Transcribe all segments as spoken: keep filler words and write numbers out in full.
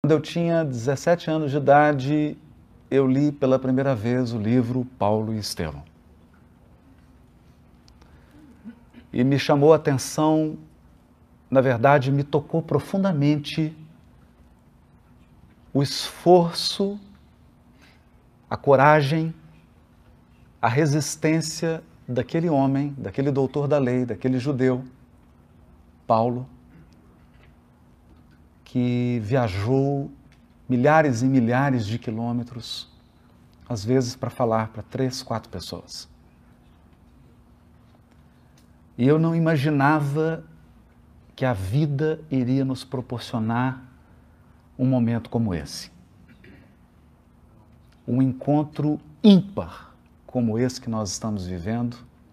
Quando eu tinha dezessete anos de idade, eu li pela primeira vez o livro Paulo e Estevão. E me chamou a atenção, na verdade, me tocou profundamente o esforço, a coragem, a resistência daquele homem, daquele doutor da lei, daquele judeu, Paulo, que viajou milhares e milhares de quilômetros, às vezes para falar para três, quatro pessoas. E eu não imaginava que a vida iria nos proporcionar um momento como esse. Um encontro ímpar como esse que nós estamos vivendo,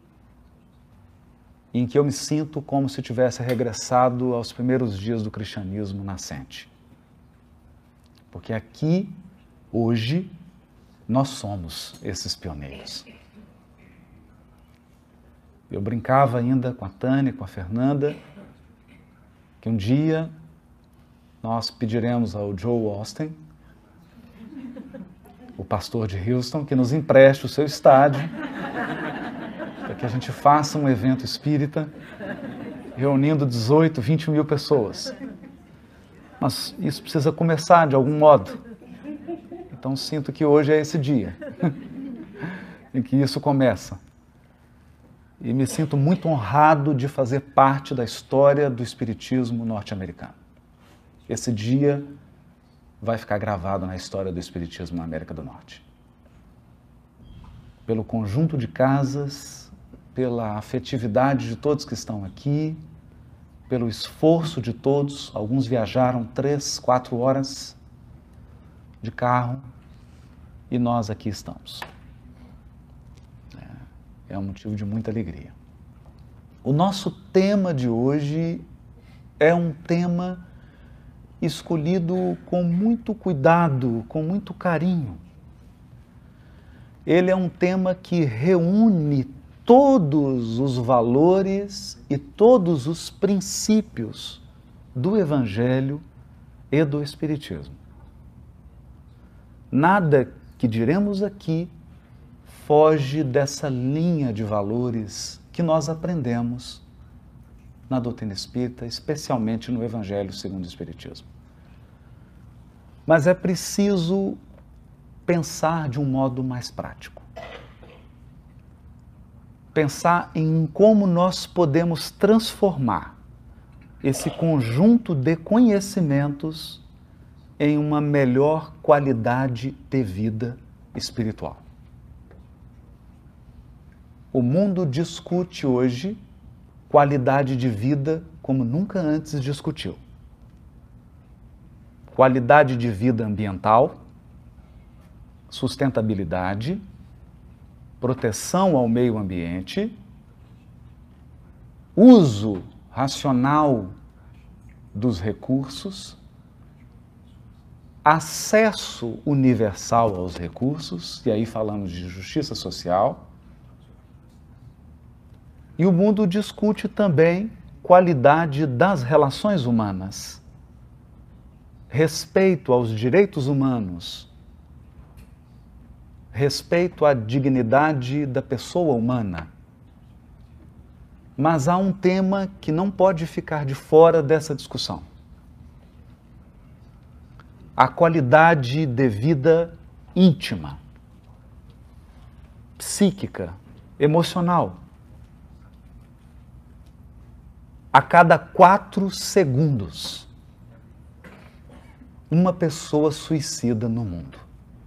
em que eu me sinto como se tivesse regressado aos primeiros dias do cristianismo nascente. Porque aqui, hoje, nós somos esses pioneiros. Eu brincava ainda com a Tânia, com a Fernanda, que um dia nós pediremos ao Joe Austin, o pastor de Houston, que nos empreste o seu estádio, para que a gente faça um evento espírita, reunindo dezoito, vinte mil pessoas. Mas isso precisa começar de algum modo. Então sinto que hoje é esse dia em que isso começa. E me sinto muito honrado de fazer parte da história do espiritismo norte-americano. Esse dia vai ficar gravado na história do espiritismo na América do Norte. Pelo conjunto de casas, pela afetividade de todos que estão aqui, pelo esforço de todos. Alguns viajaram três, quatro horas de carro e nós aqui estamos. É um motivo de muita alegria. O nosso tema de hoje é um tema escolhido com muito cuidado, com muito carinho. Ele é um tema que reúne todos os valores e todos os princípios do Evangelho e do Espiritismo. Nada que diremos aqui foge dessa linha de valores que nós aprendemos na doutrina espírita, especialmente no Evangelho segundo o Espiritismo. Mas é preciso pensar de um modo mais prático. Pensar em como nós podemos transformar esse conjunto de conhecimentos em uma melhor qualidade de vida espiritual. O mundo discute hoje qualidade de vida como nunca antes discutiu. Qualidade de vida ambiental, sustentabilidade, proteção ao meio ambiente, uso racional dos recursos, acesso universal aos recursos, e aí falamos de justiça social. E o mundo discute também qualidade das relações humanas, respeito aos direitos humanos, respeito à dignidade da pessoa humana. Mas há um tema que não pode ficar de fora dessa discussão. A qualidade de vida íntima, psíquica, emocional. A cada quatro segundos, uma pessoa suicida no mundo.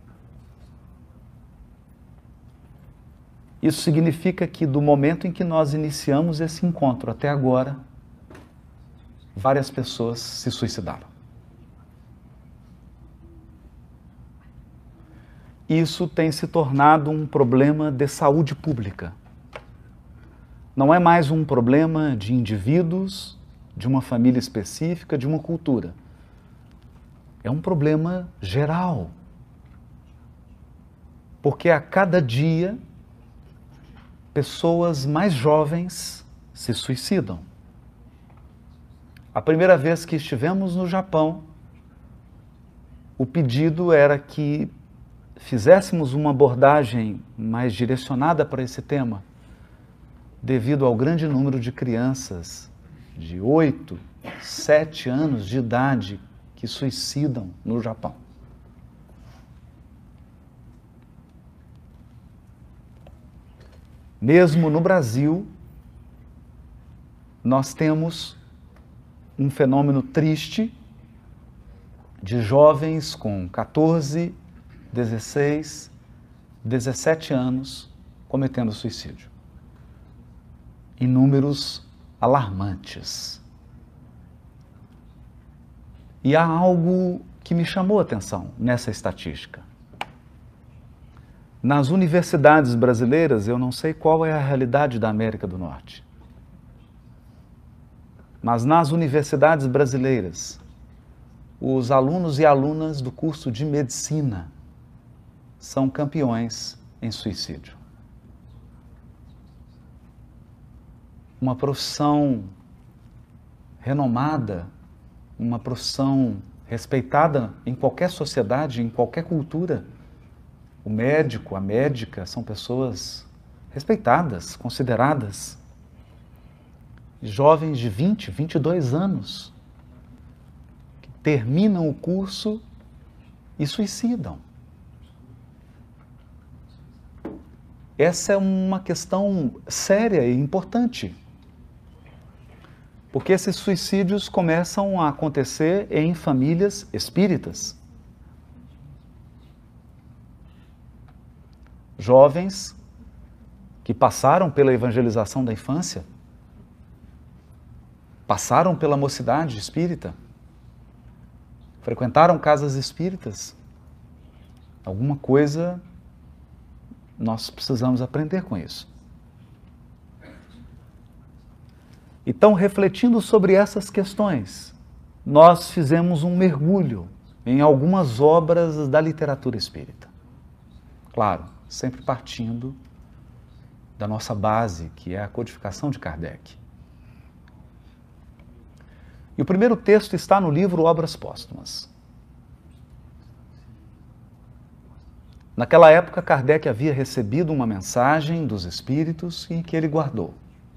Isso significa que do momento em que nós iniciamos esse encontro até agora, várias pessoas se suicidaram. Isso tem se tornado um problema de saúde pública. Não é mais um problema de indivíduos, de uma família específica, de uma cultura. É um problema geral. Porque a cada dia, pessoas mais jovens se suicidam. A primeira vez que estivemos no Japão, o pedido era que fizéssemos uma abordagem mais direcionada para esse tema, devido ao grande número de crianças de oito, sete anos de idade que suicidam no Japão. Mesmo no Brasil, nós temos um fenômeno triste de jovens com quatorze, dezesseis, dezessete anos cometendo suicídio. Em números alarmantes. E há algo que me chamou a atenção nessa estatística. Nas universidades brasileiras, eu não sei qual é a realidade da América do Norte, mas nas universidades brasileiras, os alunos e alunas do curso de medicina são campeões em suicídio. Uma profissão renomada, uma profissão respeitada em qualquer sociedade, em qualquer cultura. O médico, a médica são pessoas respeitadas, consideradas. Jovens de vinte, vinte e dois anos que terminam o curso e suicidam. Essa é uma questão séria e importante, porque esses suicídios começam a acontecer em famílias espíritas. Jovens que passaram pela evangelização da infância, passaram pela mocidade espírita, frequentaram casas espíritas. Alguma coisa nós precisamos aprender com isso. Então, refletindo sobre essas questões, nós fizemos um mergulho em algumas obras da literatura espírita. Claro, sempre partindo da nossa base, que é a codificação de Kardec. E o primeiro texto está no livro Obras Póstumas. Naquela época, Kardec havia recebido uma mensagem dos espíritos e que ele guardou.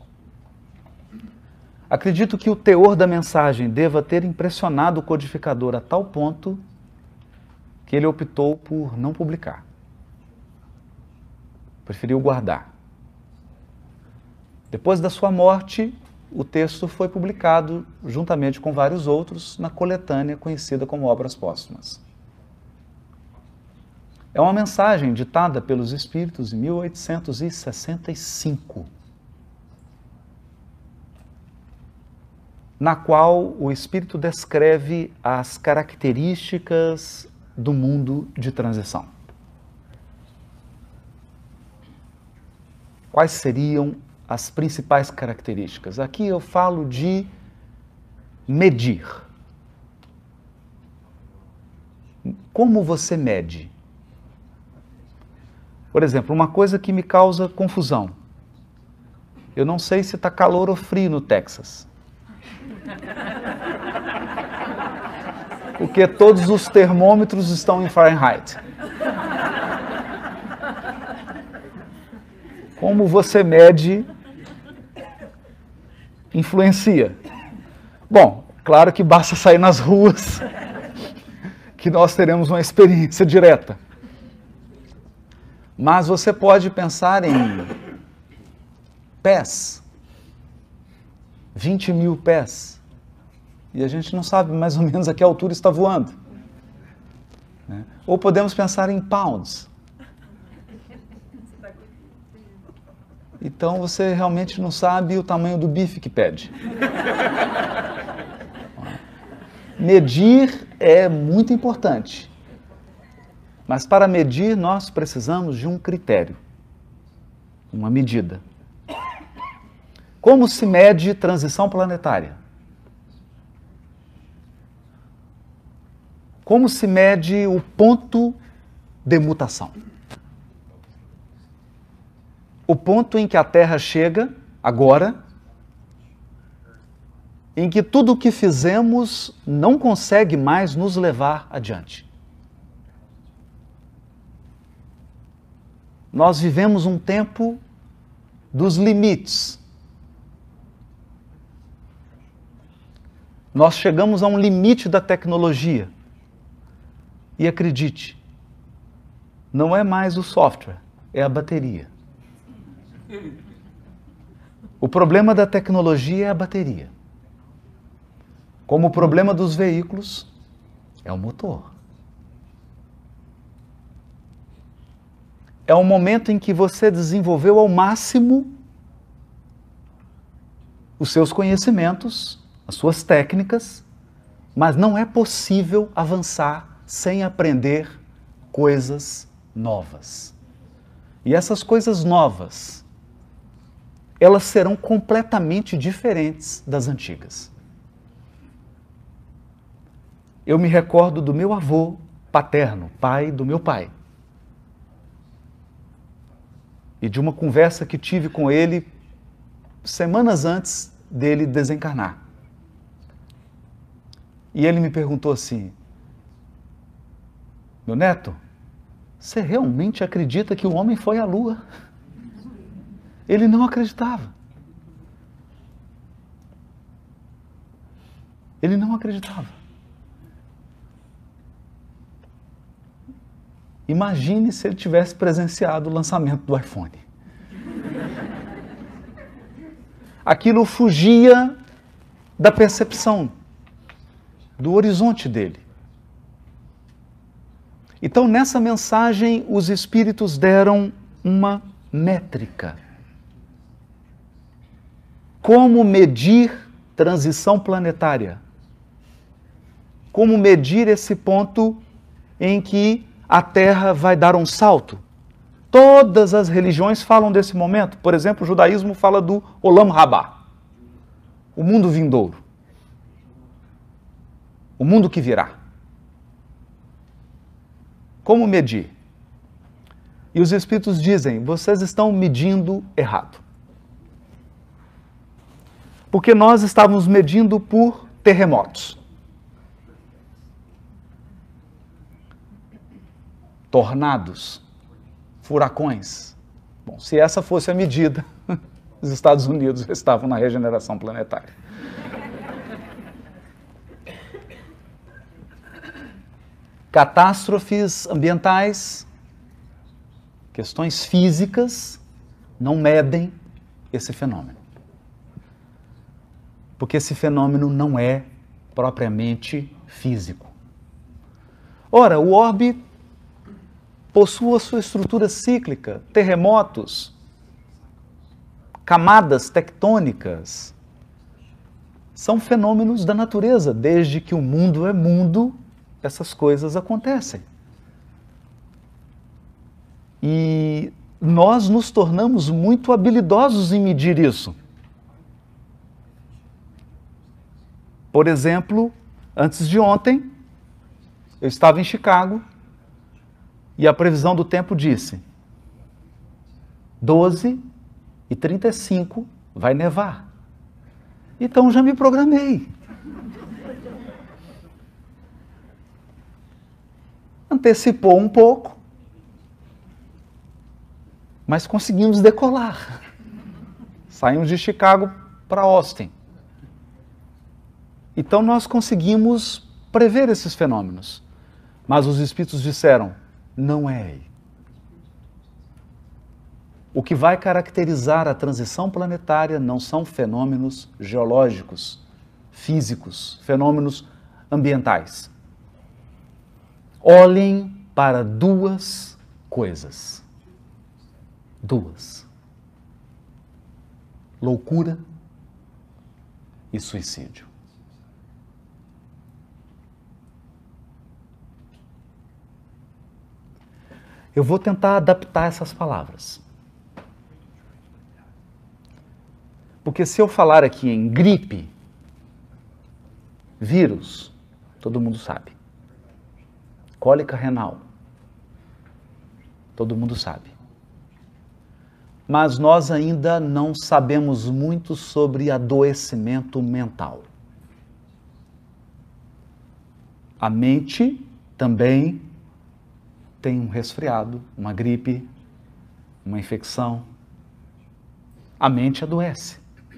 Acredito que o teor da mensagem deva ter impressionado o codificador a tal ponto que ele optou por não publicar. Preferiu guardar. Depois da sua morte, o texto foi publicado, juntamente com vários outros, na coletânea conhecida como Obras Póstumas. É uma mensagem ditada pelos espíritos em mil oitocentos e sessenta e cinco, na qual o espírito descreve as características do mundo de transição. Quais seriam as principais características? Aqui eu falo de medir. Como você mede? Por exemplo, uma coisa que me causa confusão. Eu não sei se está calor ou frio no Texas. Porque todos os termômetros estão em Fahrenheit. Como você mede influencia. Bom, claro que basta sair nas ruas que nós teremos uma experiência direta. Mas você pode pensar em pés, vinte mil pés, e a gente não sabe mais ou menos a que altura está voando. Né? Ou podemos pensar em pounds. Então você realmente não sabe o tamanho do bife que pede. Medir é muito importante. Mas para medir nós precisamos de um critério, uma medida. Como se mede transição planetária? Como se mede o ponto de mutação? O ponto em que a Terra chega, agora, em que tudo o que fizemos não consegue mais nos levar adiante. nós vivemos um tempo dos limites. Nós chegamos a um limite da tecnologia. E acredite, não é mais o software, é a bateria. O problema da tecnologia é a bateria. Como o problema dos veículos é o motor. É um momento em que você desenvolveu ao máximo os seus conhecimentos, as suas técnicas, mas não é possível avançar sem aprender coisas novas. E essas coisas novas, elas serão completamente diferentes das antigas. Eu me recordo do meu avô paterno, pai do meu pai, e de uma conversa que tive com ele semanas antes dele desencarnar. E ele me perguntou assim: meu neto, você realmente acredita que o homem foi à Lua? Ele não acreditava. Ele não acreditava. Imagine se ele tivesse presenciado o lançamento do iPhone. Aquilo fugia da percepção, do horizonte dele. Então, nessa mensagem, os espíritos deram uma métrica. Como medir transição planetária? Como medir esse ponto em que a Terra vai dar um salto? Todas as religiões falam desse momento. Por exemplo, o judaísmo fala do Olam Rabá, o mundo vindouro, o mundo que virá. Como medir? E os espíritos dizem: vocês estão medindo errado. Porque nós estávamos medindo por terremotos, tornados, furacões. Bom, se essa fosse a medida, os Estados Unidos estavam na regeneração planetária. Catástrofes ambientais, questões físicas, não medem esse fenômeno. Porque esse fenômeno não é propriamente físico. Ora, o orbe possui a sua estrutura cíclica, terremotos, camadas tectônicas. São fenômenos da natureza. Desde que o mundo é mundo, essas coisas acontecem. E nós nos tornamos muito habilidosos em medir isso. Por exemplo, antes de ontem, eu estava em Chicago e a previsão do tempo disse: doze e trinta e cinco vai nevar. Então já me programei. Antecipou um pouco, mas conseguimos decolar. Saímos de Chicago para Austin. Então nós conseguimos prever esses fenômenos. Mas os espíritos disseram: não é aí. O que vai caracterizar a transição planetária não são fenômenos geológicos, físicos, fenômenos ambientais. Olhem para duas coisas. Duas. Loucura e suicídio. Eu vou tentar adaptar essas palavras. Porque se eu falar aqui em gripe, vírus, todo mundo sabe. Cólica renal, todo mundo sabe. Mas nós ainda não sabemos muito sobre adoecimento mental. A mente também tem um resfriado, uma gripe, uma infecção. A mente adoece.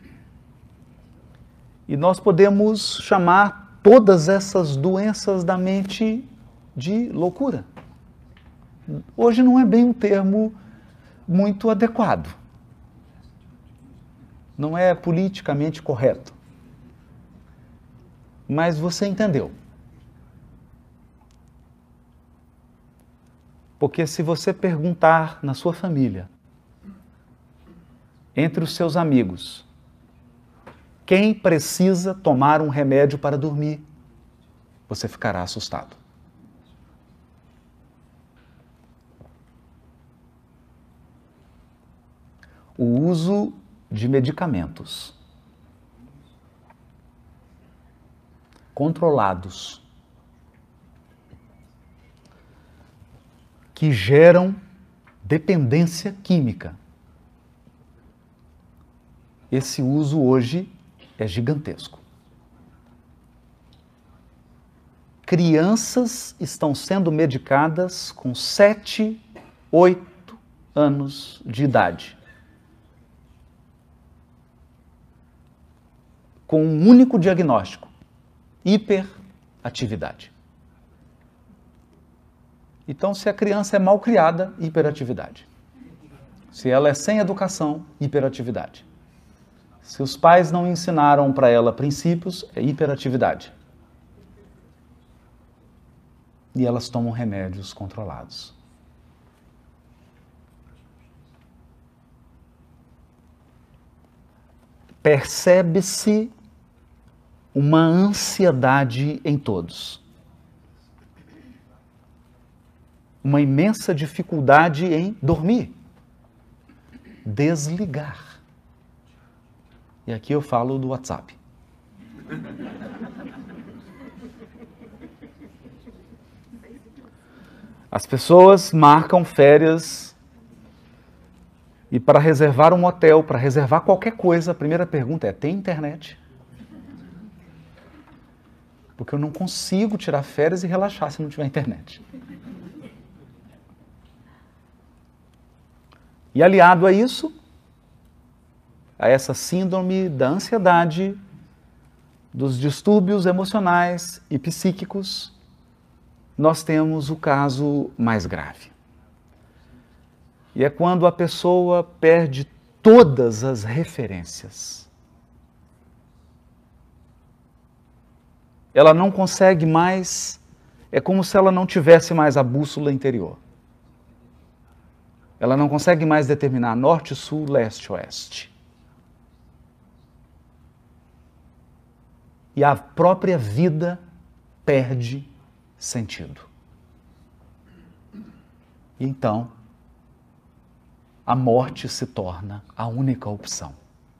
E nós podemos chamar todas essas doenças da mente de loucura. Hoje não é bem um termo muito adequado. Não é politicamente correto. Mas você entendeu. Porque se você perguntar na sua família, entre os seus amigos, quem precisa tomar um remédio para dormir, você ficará assustado. O uso de medicamentos controlados que geram dependência química. Esse uso hoje é gigantesco. Crianças estão sendo medicadas com sete, oito anos de idade. Com um único diagnóstico: hiperatividade. Então, se a criança é mal criada, hiperatividade. Se ela é sem educação, hiperatividade. Se os pais não ensinaram para ela princípios, é hiperatividade. E elas tomam remédios controlados. Percebe-se uma ansiedade em todos. Uma imensa dificuldade em dormir. Desligar. E aqui eu falo do WhatsApp. As pessoas marcam férias e para reservar um hotel, para reservar qualquer coisa, a primeira pergunta é: tem internet? Porque eu não consigo tirar férias e relaxar se não tiver internet. E aliado a isso, a essa síndrome da ansiedade, dos distúrbios emocionais e psíquicos, nós temos o caso mais grave. E é quando a pessoa perde todas as referências. Ela não consegue mais, é como se ela não tivesse mais a bússola interior. Ela não consegue mais determinar norte, sul, leste, oeste. E a própria vida perde sentido. E então, a morte se torna a única opção.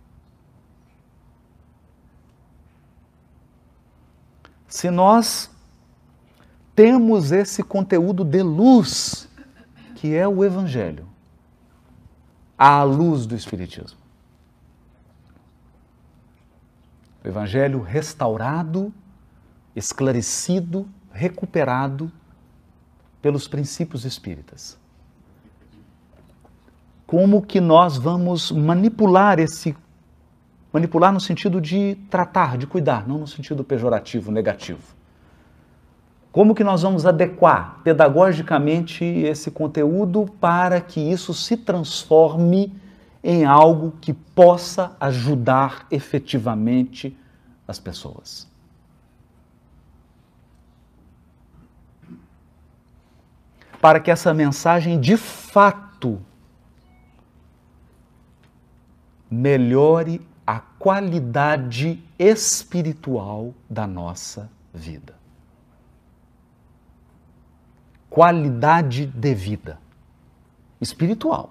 Se nós temos esse conteúdo de luz, que é o Evangelho, à luz do Espiritismo, o Evangelho restaurado, esclarecido, recuperado pelos princípios espíritas. Como que nós vamos manipular esse, manipular no sentido de tratar, de cuidar, não no sentido pejorativo, negativo. Como que nós vamos adequar pedagogicamente esse conteúdo para que isso se transforme em algo que possa ajudar efetivamente as pessoas? Para que essa mensagem de fato melhore a qualidade espiritual da nossa vida. Qualidade de vida espiritual.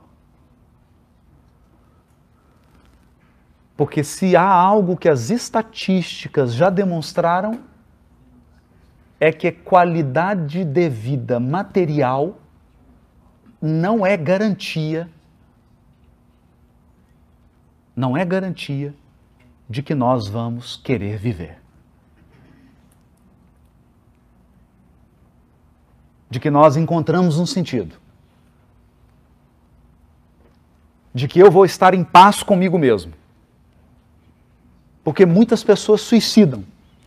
Porque se há algo que as estatísticas já demonstraram, é que qualidade de vida material não é garantia, não é garantia de que nós vamos querer viver. De que nós encontramos um sentido. de que eu vou estar em paz comigo mesmo. Porque muitas pessoas suicidam.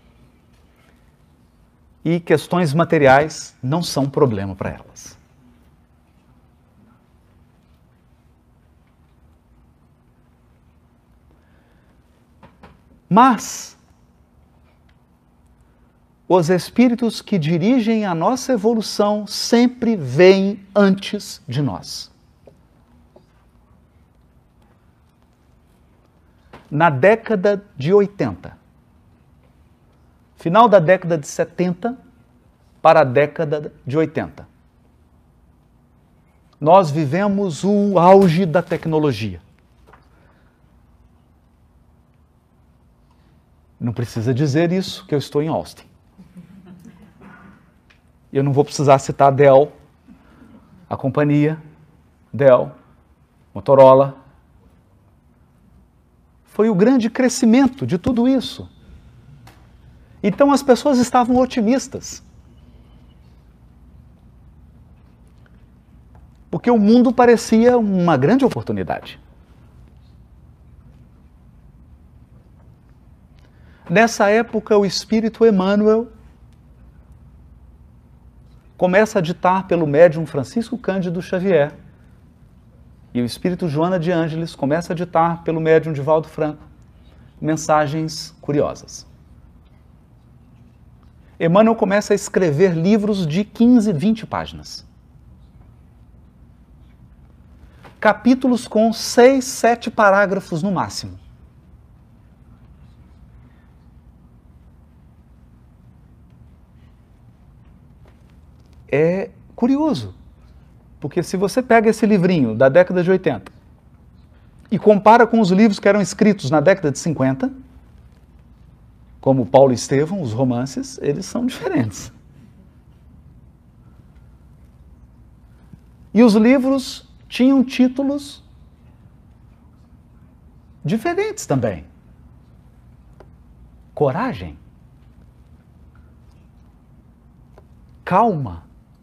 E questões materiais não são problema para elas. Mas os espíritos que dirigem a nossa evolução sempre vêm antes de nós. Na década de oitenta, final da década de setenta para a década de oitenta, nós vivemos o auge da tecnologia. Não precisa dizer isso, que eu estou em Austin. Eu não vou precisar citar Dell, a companhia, Dell, Motorola. Foi o grande crescimento de tudo isso. Então as pessoas estavam otimistas. Porque o mundo parecia uma grande oportunidade. Nessa época, o Espírito Emmanuel começa a ditar pelo médium Francisco Cândido Xavier, e o Espírito Joana de Ângeles começa a ditar pelo médium Divaldo Franco mensagens curiosas. Emmanuel começa a escrever livros de quinze, vinte páginas. Capítulos com seis, sete parágrafos no máximo. É curioso, porque se você pega esse livrinho da década de oitenta e compara com os livros que eram escritos na década de cinquenta, como Paulo e Estevão, os romances, eles são diferentes. E os livros tinham títulos diferentes também. Coragem. Calma.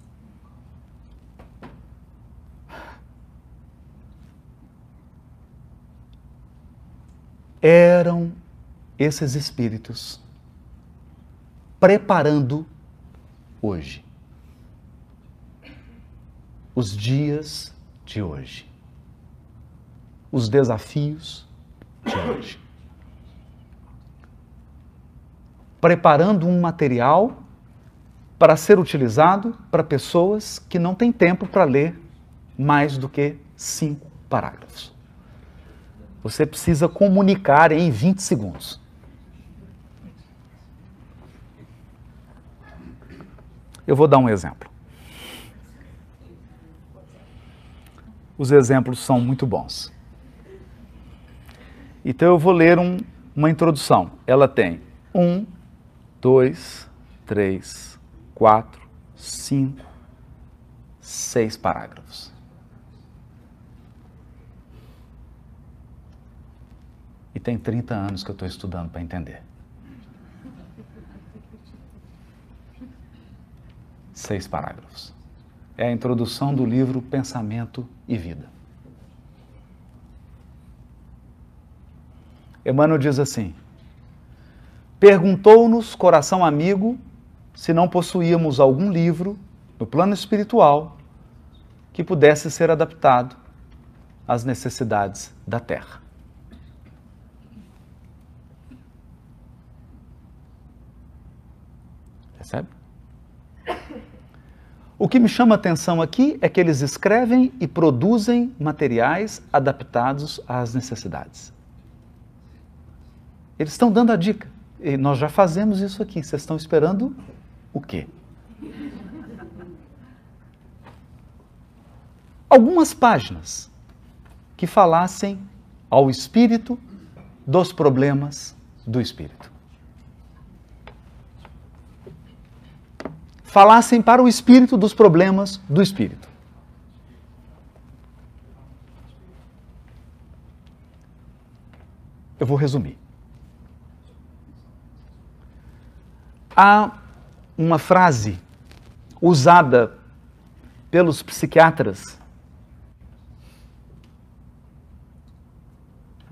Eram esses espíritos preparando hoje, os dias de hoje, os desafios de hoje, preparando um material para ser utilizado para pessoas que não têm tempo para ler mais do que cinco parágrafos. Você precisa comunicar em vinte segundos. Eu vou dar um exemplo. Os exemplos são muito bons. Então eu vou ler um, uma introdução. Ela tem um, dois, três, quatro, cinco, seis parágrafos. E tem trinta anos que eu estou estudando para entender. Seis parágrafos. É a introdução do livro Pensamento e Vida. Emmanuel diz assim: perguntou-nos coração amigo se não possuíamos algum livro no plano espiritual que pudesse ser adaptado às necessidades da Terra. Percebe? O que me chama a atenção aqui é que eles escrevem e produzem materiais adaptados às necessidades. Eles estão dando a dica. E nós já fazemos isso aqui. Vocês estão esperando o quê? Algumas páginas que falassem ao espírito dos problemas do espírito. Falassem para o espírito dos problemas do espírito. Eu vou resumir. Há uma frase usada pelos psiquiatras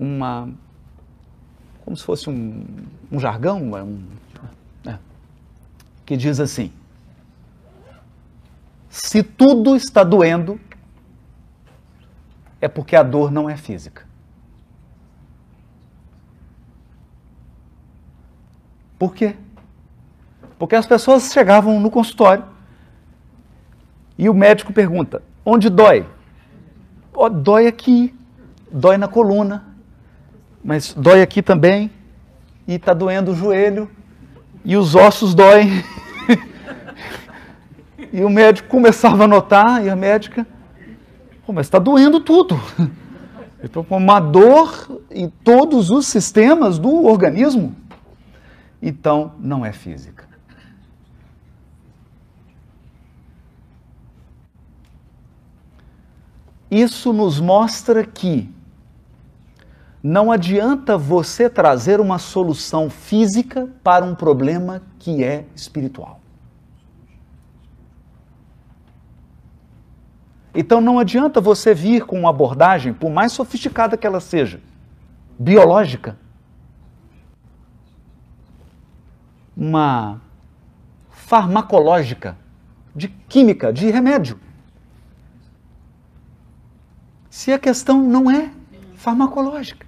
uma, como se fosse um, um jargão, um, é, que diz assim: se tudo está doendo, é porque a dor não é física. Por quê? Porque as pessoas chegavam no consultório e o médico pergunta: onde dói? Oh, dói aqui, dói na coluna, mas dói aqui também, e está doendo o joelho, e os ossos doem. E o médico começava a notar, e a médica: oh, mas está doendo tudo. Então, com uma dor em todos os sistemas do organismo. Então, não é física. Isso nos mostra que não adianta você trazer uma solução física para um problema que é espiritual. Então não adianta você vir com uma abordagem, por mais sofisticada que ela seja, biológica, uma farmacológica, de química, de remédio. Se a questão não é farmacológica.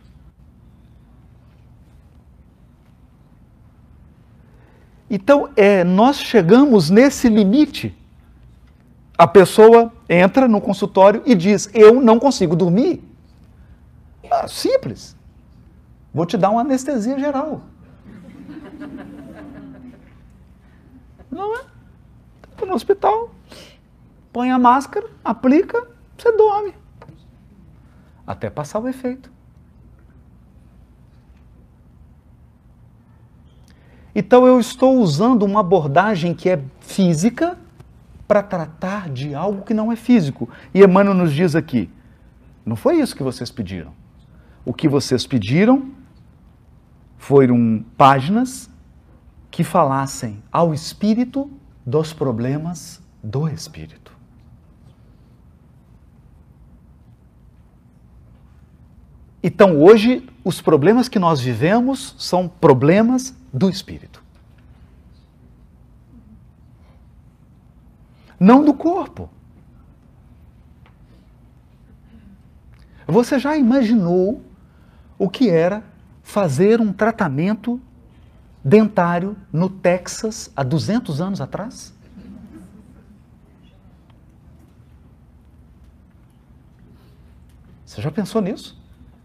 Então, é, nós chegamos nesse limite. A pessoa entra no consultório e diz: eu não consigo dormir. Ah, simples. Vou te dar uma anestesia geral. Não é? Tá no hospital, põe a máscara, aplica, você dorme. Até passar o efeito. Então eu estou usando uma abordagem que é física para tratar de algo que não é físico. E Emmanuel nos diz aqui: não foi isso que vocês pediram. O que vocês pediram foram páginas que falassem ao espírito dos problemas do espírito. Então hoje os problemas que nós vivemos são problemas do espírito. Não do corpo. Você já imaginou o que era fazer um tratamento dentário no Texas há duzentos anos atrás? Você já pensou nisso?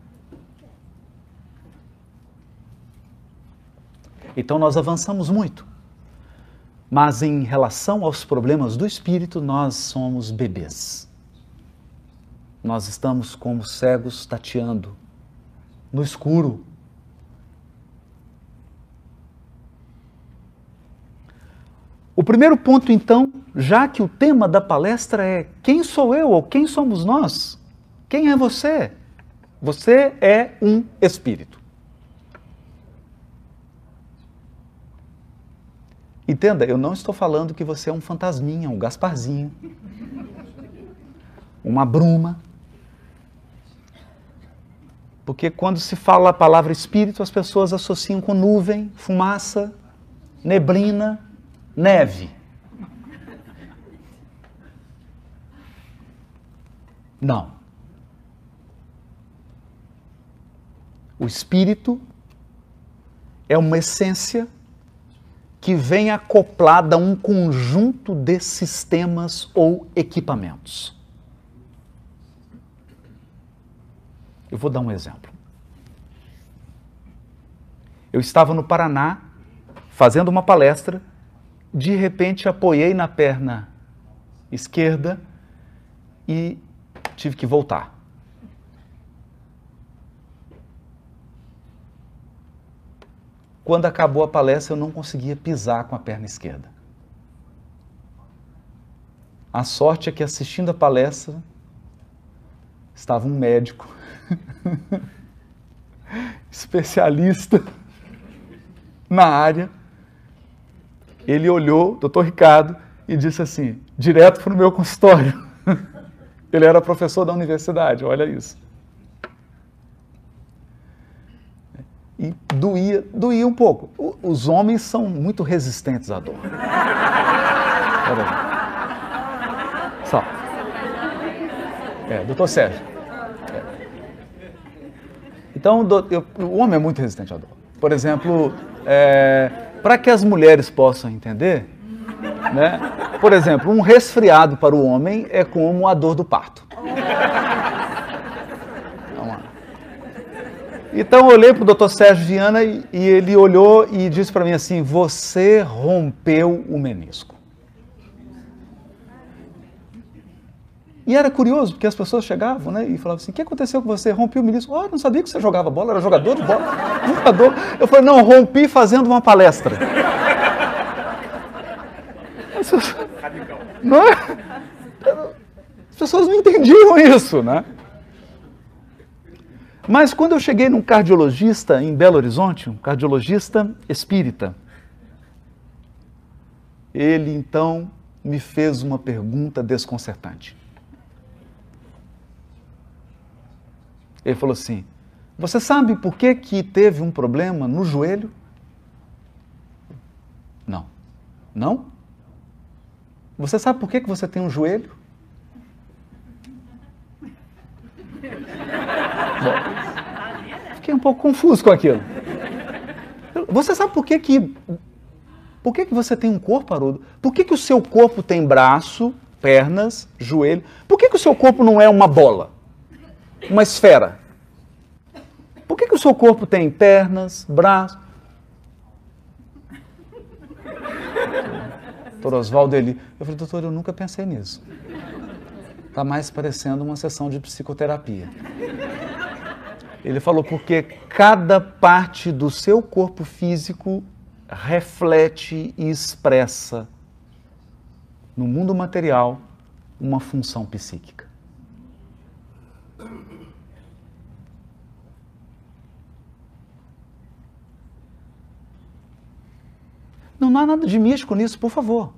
Então nós avançamos muito. Mas em relação aos problemas do espírito, nós somos bebês. Nós estamos como cegos tateando no escuro. O primeiro ponto, então, já que o tema da palestra é quem sou eu ou quem somos nós? Quem é você? Você é um espírito. Entenda, eu não estou falando que você é um fantasminha, um Gasparzinho, uma bruma. Porque quando se fala a palavra espírito, as pessoas associam com nuvem, fumaça, neblina, neve. Não. O espírito é uma essência que vem acoplada a um conjunto de sistemas ou equipamentos. Eu vou dar um exemplo. Eu estava no Paraná, fazendo uma palestra, de repente apoiei na perna esquerda e tive que voltar. Quando acabou a palestra, eu não conseguia pisar com a perna esquerda. A sorte é que, assistindo a palestra, estava um médico, especialista na área. Ele olhou, doutor Ricardo, e disse assim, direto para o meu consultório. Ele era professor da universidade, olha isso. E doía, doía um pouco. O, os homens são muito resistentes à dor. Pera aí. Só. É, doutor Sérgio. É. Então, do, eu, o homem é muito resistente à dor. Por exemplo, é, para que as mulheres possam entender, né? Por exemplo, um resfriado para o homem é como a dor do parto. Então eu olhei para o doutor Sérgio Viana e, e ele olhou e disse para mim assim: você rompeu o menisco. E era curioso, porque as pessoas chegavam, né, e falavam assim: o que aconteceu com você? Rompi o menisco. Oh, eu não sabia que você jogava bola, era jogador de bola. Jogador. Eu falei: não, rompi fazendo uma palestra. As pessoas, não é? As pessoas não entendiam isso, né? Mas quando eu cheguei num cardiologista em Belo Horizonte, um cardiologista espírita, ele então me fez uma pergunta desconcertante. Ele falou assim: você sabe por que que teve um problema no joelho? Não. Não? Você sabe por que que você tem um joelho? Bom, fiquei um pouco confuso com aquilo. Você sabe por que que, por que que você tem um corpo, Haroldo? Por que que o seu corpo tem braço, pernas, joelho? Por que que o seu corpo não é uma bola? Uma esfera? Por que que o seu corpo tem pernas, braço? Doutor Oswaldo, ele... Eu falei: doutor, eu nunca pensei nisso. Está mais parecendo uma sessão de psicoterapia. Ele falou: porque cada parte do seu corpo físico reflete e expressa no mundo material uma função psíquica. Não, não há nada de místico nisso, por favor.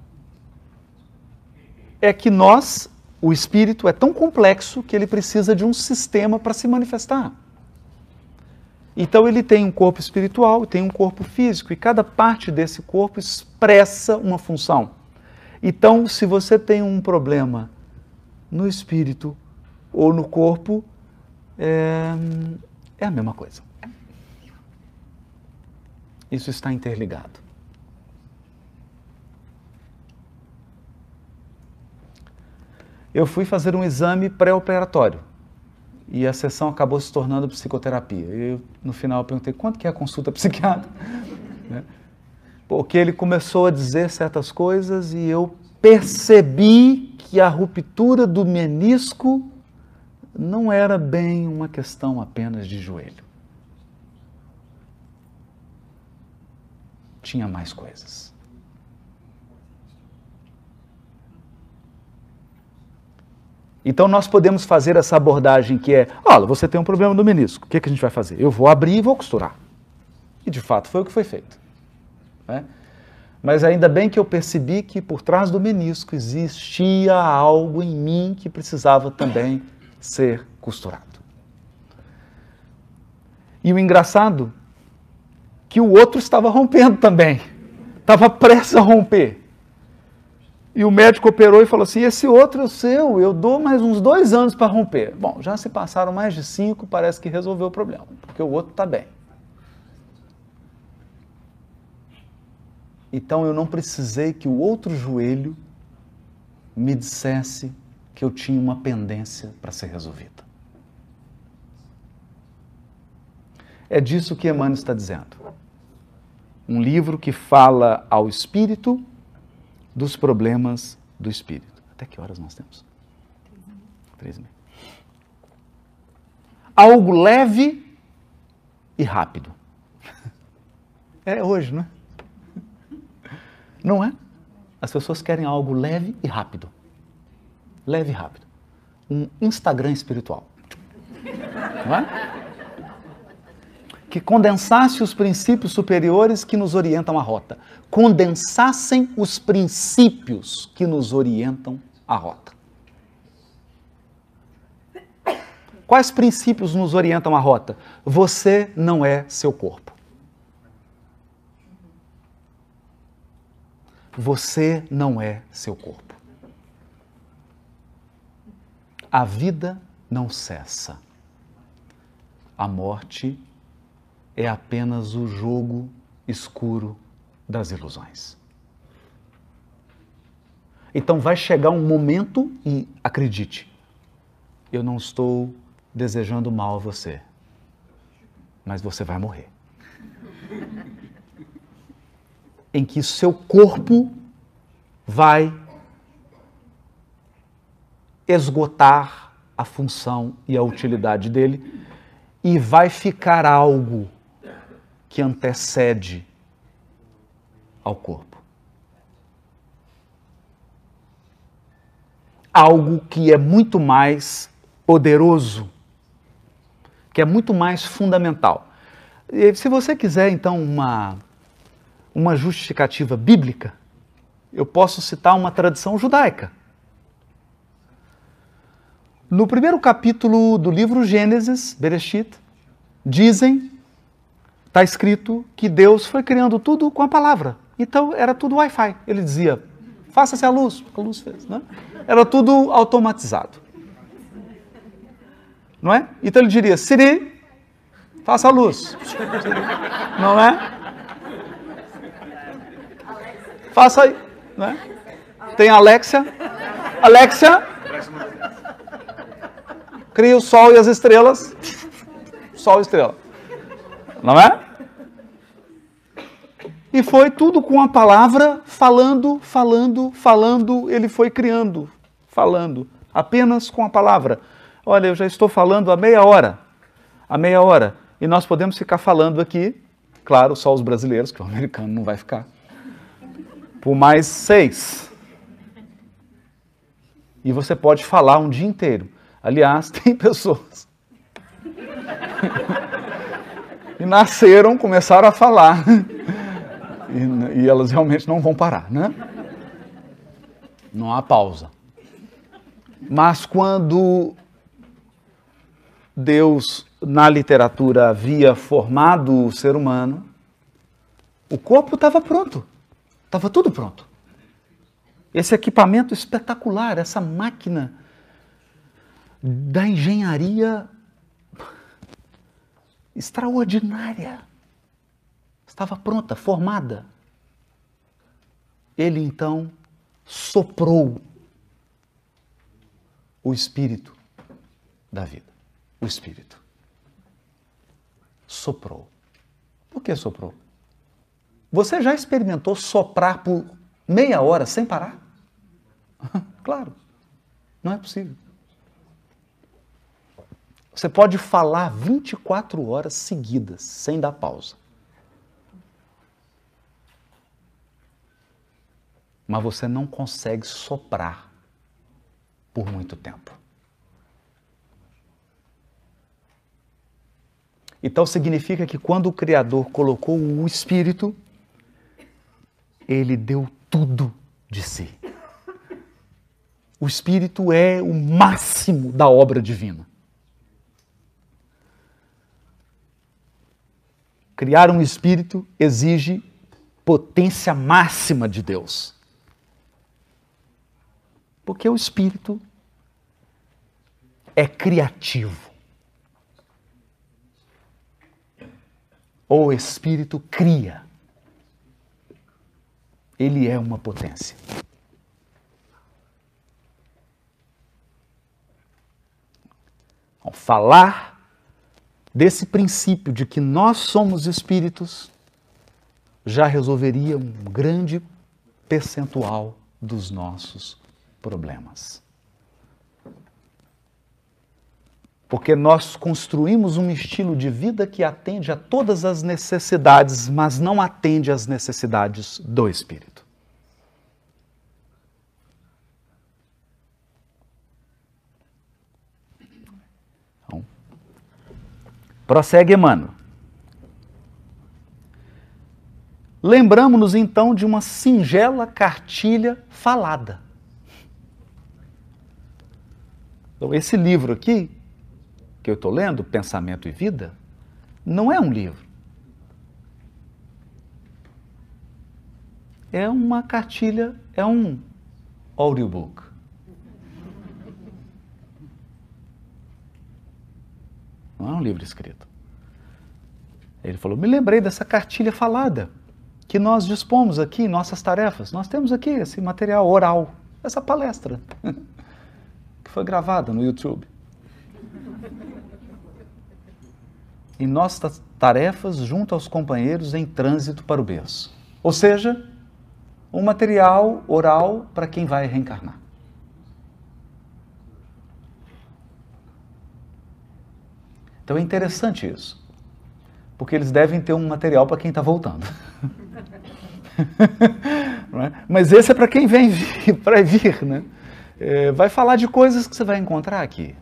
É que nós, o espírito é tão complexo que ele precisa de um sistema para se manifestar. Então ele tem um corpo espiritual e tem um corpo físico, e cada parte desse corpo expressa uma função. Então, se você tem um problema no espírito ou no corpo, é, é a mesma coisa. Isso está interligado. Eu fui fazer um exame pré-operatório e a sessão acabou se tornando psicoterapia. Eu, no final, eu perguntei: quanto que é a consulta psiquiátrica? Né? Porque ele começou a dizer certas coisas e eu percebi que a ruptura do menisco não era bem uma questão apenas de joelho. Tinha mais coisas. Então nós podemos fazer essa abordagem que é: olha, você tem um problema no menisco, o que, que a gente vai fazer? Eu vou abrir e vou costurar. E de fato foi o que foi feito. Né? Mas ainda bem que eu percebi que por trás do menisco existia algo em mim que precisava também ser costurado. E o engraçado, que o outro estava rompendo também, estava prestes a romper. E o médico operou e falou assim: esse outro é o seu, eu dou mais uns dois anos para romper. Bom, já se passaram mais de cinco, parece que resolveu o problema, porque o outro está bem. Então eu não precisei que o outro joelho me dissesse que eu tinha uma pendência para ser resolvida. É disso que Emmanuel está dizendo. Um livro que fala ao espírito dos problemas do espírito. Até que horas nós temos? Três e meia. Algo leve e rápido. É hoje, não é? Não é? As pessoas querem algo leve e rápido. Leve e rápido. Um Instagram espiritual. Não é? Que condensasse os princípios superiores que nos orientam a rota. Condensassem os princípios que nos orientam a rota. Quais princípios nos orientam a rota? Você não é seu corpo. Você não é seu corpo. A vida não cessa. A morte é apenas o jogo escuro das ilusões. Então vai chegar um momento, e acredite, eu não estou desejando mal a você, mas você vai morrer. Em que seu corpo vai esgotar a função e a utilidade dele e vai ficar algo que antecede ao corpo. Algo que é muito mais poderoso, que é muito mais fundamental. E se você quiser, então, uma, uma justificativa bíblica, eu posso citar uma tradição judaica. No primeiro capítulo do livro Gênesis, Bereshit, dizem, está escrito que Deus foi criando tudo com a palavra. Então era tudo Wi-Fi. Ele dizia, faça-se a luz, a luz fez, né? Era tudo automatizado. Não é? Então ele diria, Siri, faça a luz. Não é? Faça aí. Não é? Tem Alexia. Alexia. Cria o sol e as estrelas. Sol e estrela. Não é? E foi tudo com a palavra, falando, falando, falando, ele foi criando, falando, apenas com a palavra. Olha, eu já estou falando há meia hora, há meia hora, e nós podemos ficar falando aqui, claro, só os brasileiros, que o americano não vai ficar, por mais seis. E você pode falar um dia inteiro. Aliás, tem pessoas que nasceram, começaram a falar, e, e elas realmente não vão parar, né? Não há pausa. Mas quando Deus, na literatura, havia formado o ser humano, o corpo estava pronto, estava tudo pronto. Esse equipamento espetacular, essa máquina da engenharia extraordinária, estava pronta, formada. Ele então soprou o espírito da vida. O espírito. Soprou. Por que soprou? Você já experimentou soprar por meia hora sem parar? Claro. Não é possível. Você pode falar vinte e quatro horas seguidas, sem dar pausa. Mas você não consegue soprar por muito tempo. Então significa que quando o Criador colocou o Espírito, ele deu tudo de si. O Espírito é o máximo da obra divina. Criar um Espírito exige potência máxima de Deus. Porque o Espírito é criativo. O Espírito cria. Ele é uma potência. Ao falar desse princípio de que nós somos espíritos, já resolveria um grande percentual dos nossos problemas. Porque nós construímos um estilo de vida que atende a todas as necessidades, mas não atende às necessidades do espírito. Então, prossegue Emmanuel. Lembramos-nos então de uma singela cartilha falada. Então, esse livro aqui que eu estou lendo, Pensamento e Vida, não é um livro. É uma cartilha, é um audiobook. Não é um livro escrito. Ele falou, me lembrei dessa cartilha falada, que nós dispomos aqui em nossas tarefas. Nós temos aqui esse material oral, essa palestra, que foi gravada no YouTube. Em nossas tarefas junto aos companheiros em trânsito para o berço. Ou seja, um material oral para quem vai reencarnar. Então é interessante isso, porque eles devem ter um material para quem está voltando. Não é? Mas esse é para quem vem vir, para vir, né? É, vai falar de coisas que você vai encontrar aqui.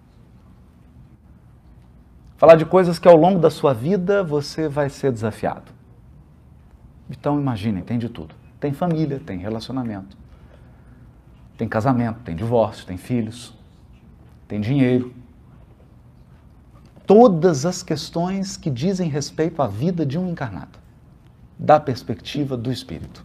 Falar de coisas que ao longo da sua vida você vai ser desafiado. Então imaginem, tem de tudo. Tem família, tem relacionamento, tem casamento, tem divórcio, tem filhos, tem dinheiro. Todas as questões que dizem respeito à vida de um encarnado, da perspectiva do espírito.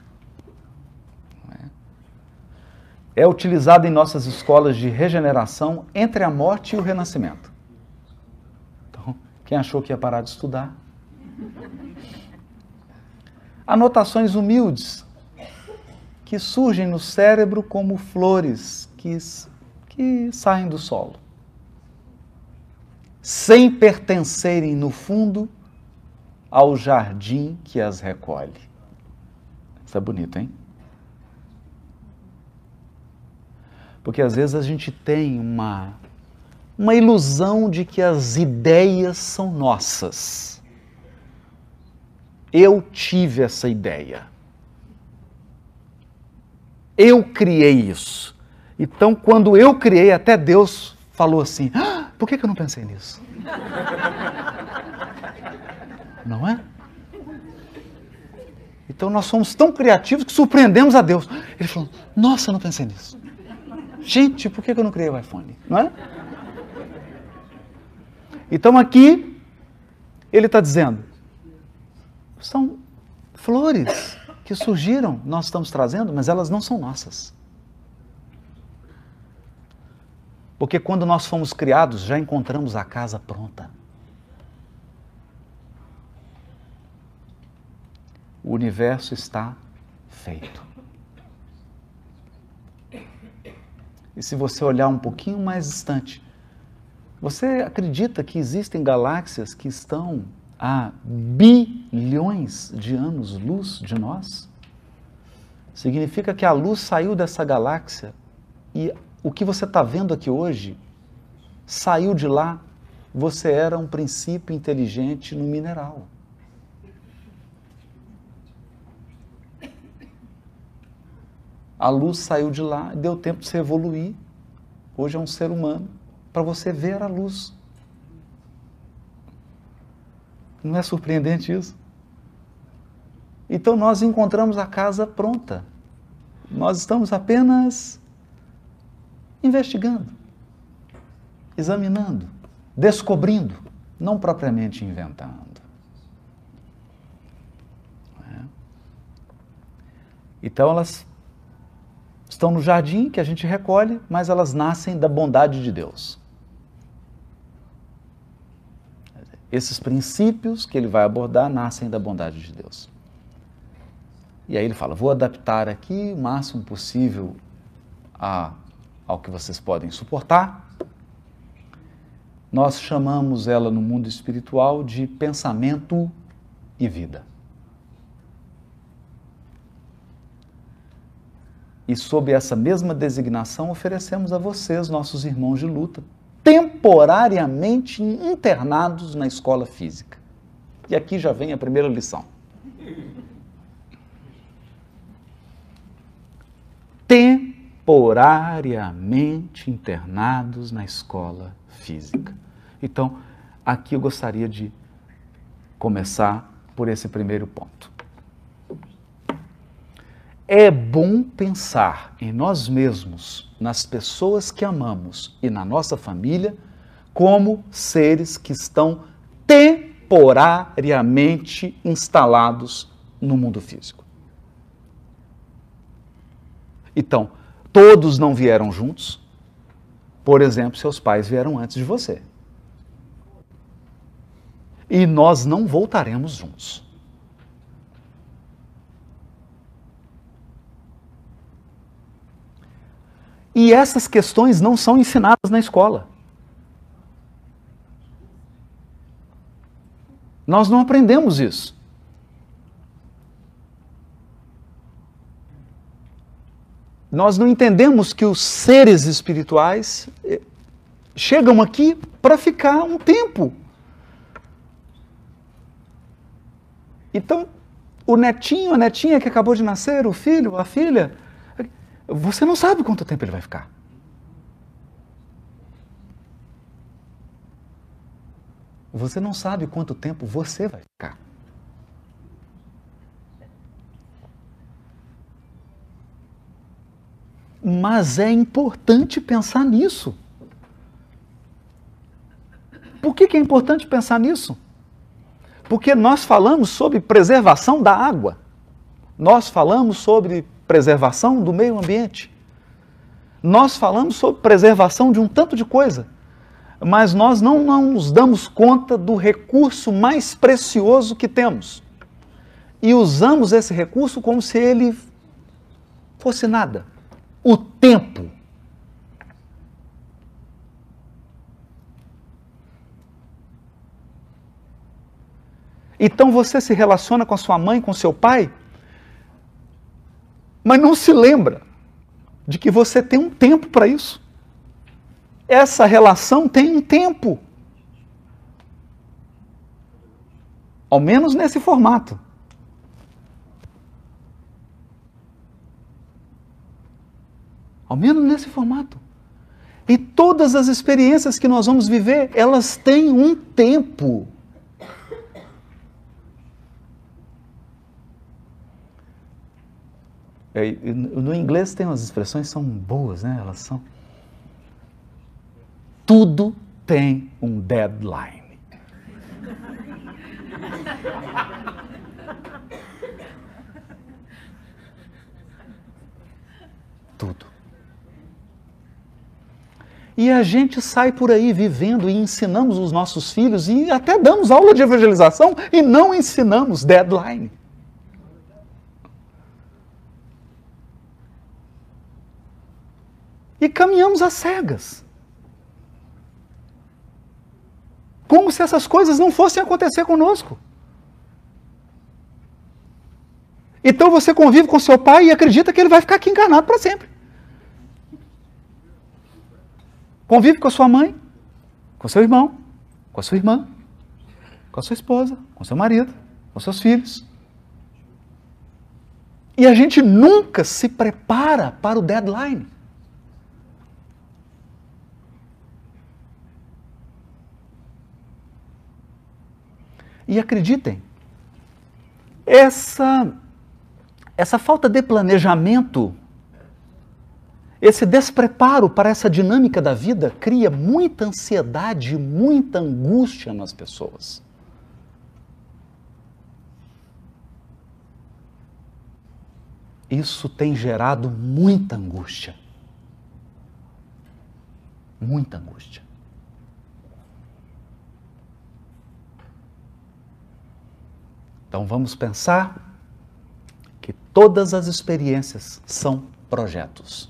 É, é utilizado em nossas escolas de regeneração entre a morte e o renascimento. Então, quem achou que ia parar de estudar? Anotações humildes que surgem no cérebro como flores que, que saem do solo, sem pertencerem, no fundo, ao jardim que as recolhe. Isso é bonito, hein? Porque às vezes a gente tem uma, uma ilusão de que as ideias são nossas. Eu tive essa ideia. Eu criei isso. Então, quando eu criei, até Deus falou assim, ah, por que que eu não pensei nisso? Não é? Então, nós somos tão criativos que surpreendemos a Deus. Ele falou, nossa, eu não pensei nisso. Gente, por que que eu não criei o iPhone? Não é? Então, aqui, ele está dizendo, são flores que surgiram, nós estamos trazendo, mas elas não são nossas. Porque quando nós fomos criados, já encontramos a casa pronta. O universo está feito. E se você olhar um pouquinho mais distante, você acredita que existem galáxias que estão a bilhões de anos-luz de nós? Significa que a luz saiu dessa galáxia e o que você está vendo aqui hoje saiu de lá. Você era um princípio inteligente no mineral. A luz saiu de lá e deu tempo de você evoluir. Hoje é um ser humano para você ver a luz. Não é surpreendente isso? Então nós encontramos a casa pronta. Nós estamos apenas investigando, examinando, descobrindo, não propriamente inventando. É. Então elas estão no jardim que a gente recolhe, mas elas nascem da bondade de Deus. Esses princípios que ele vai abordar nascem da bondade de Deus. E aí ele fala, vou adaptar aqui o máximo possível a, ao que vocês podem suportar. Nós chamamos ela no mundo espiritual de pensamento e vida. E sob essa mesma designação oferecemos a vocês, nossos irmãos de luta, temporariamente internados na escola física. E aqui já vem a primeira lição. Temporariamente internados na escola física. Então, aqui eu gostaria de começar por esse primeiro ponto. É bom pensar em nós mesmos, nas pessoas que amamos e na nossa família, como seres que estão temporariamente instalados no mundo físico. Então, todos não vieram juntos. Por exemplo, seus pais vieram antes de você. E nós não voltaremos juntos. E essas questões não são ensinadas na escola. Nós não aprendemos isso. Nós não entendemos que os seres espirituais chegam aqui para ficar um tempo. Então, o netinho, a netinha que acabou de nascer, o filho, a filha, você não sabe quanto tempo ele vai ficar. Você não sabe quanto tempo você vai ficar. Mas é importante pensar nisso. Por que que é importante pensar nisso? Porque nós falamos sobre preservação da água. Nós falamos sobre preservação do meio ambiente. Nós falamos sobre preservação de um tanto de coisa. Mas nós não, não nos damos conta do recurso mais precioso que temos. E usamos esse recurso como se ele fosse nada. O tempo. Então você se relaciona com a sua mãe, com seu pai, mas não se lembra de que você tem um tempo para isso. Essa relação tem um tempo. Ao menos nesse formato. Ao menos nesse formato. E todas as experiências que nós vamos viver, elas têm um tempo. No inglês tem umas expressões que são boas, né? Elas são... Tudo tem um deadline. Tudo. E a gente sai por aí vivendo e ensinamos os nossos filhos e até damos aula de evangelização e não ensinamos deadline. E caminhamos às cegas. Como se essas coisas não fossem acontecer conosco. Então você convive com seu pai e acredita que ele vai ficar aqui encarnado para sempre. Convive com a sua mãe, com seu irmão, com a sua irmã, com a sua esposa, com seu marido, com seus filhos. E a gente nunca se prepara para o deadline. E acreditem, essa, essa falta de planejamento, esse despreparo para essa dinâmica da vida cria muita ansiedade, muita angústia nas pessoas. Isso tem gerado muita angústia. Muita angústia. Então vamos pensar que todas as experiências são projetos.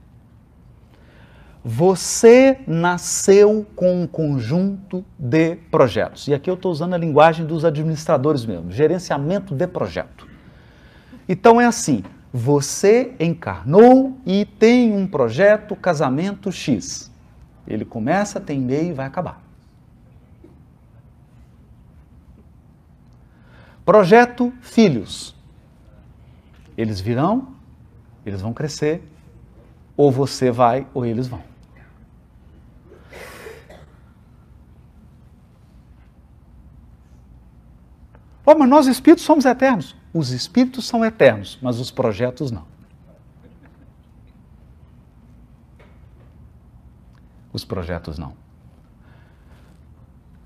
Você nasceu com um conjunto de projetos. E aqui eu estou usando a linguagem dos administradores mesmo, gerenciamento de projeto. Então é assim, você encarnou e tem um projeto casamento X. Ele começa, tem meio e vai acabar. Projeto filhos. Eles virão, eles vão crescer, ou você vai, ou eles vão. Oh, mas nós espíritos somos eternos. Os espíritos são eternos, mas os projetos não. Os projetos não.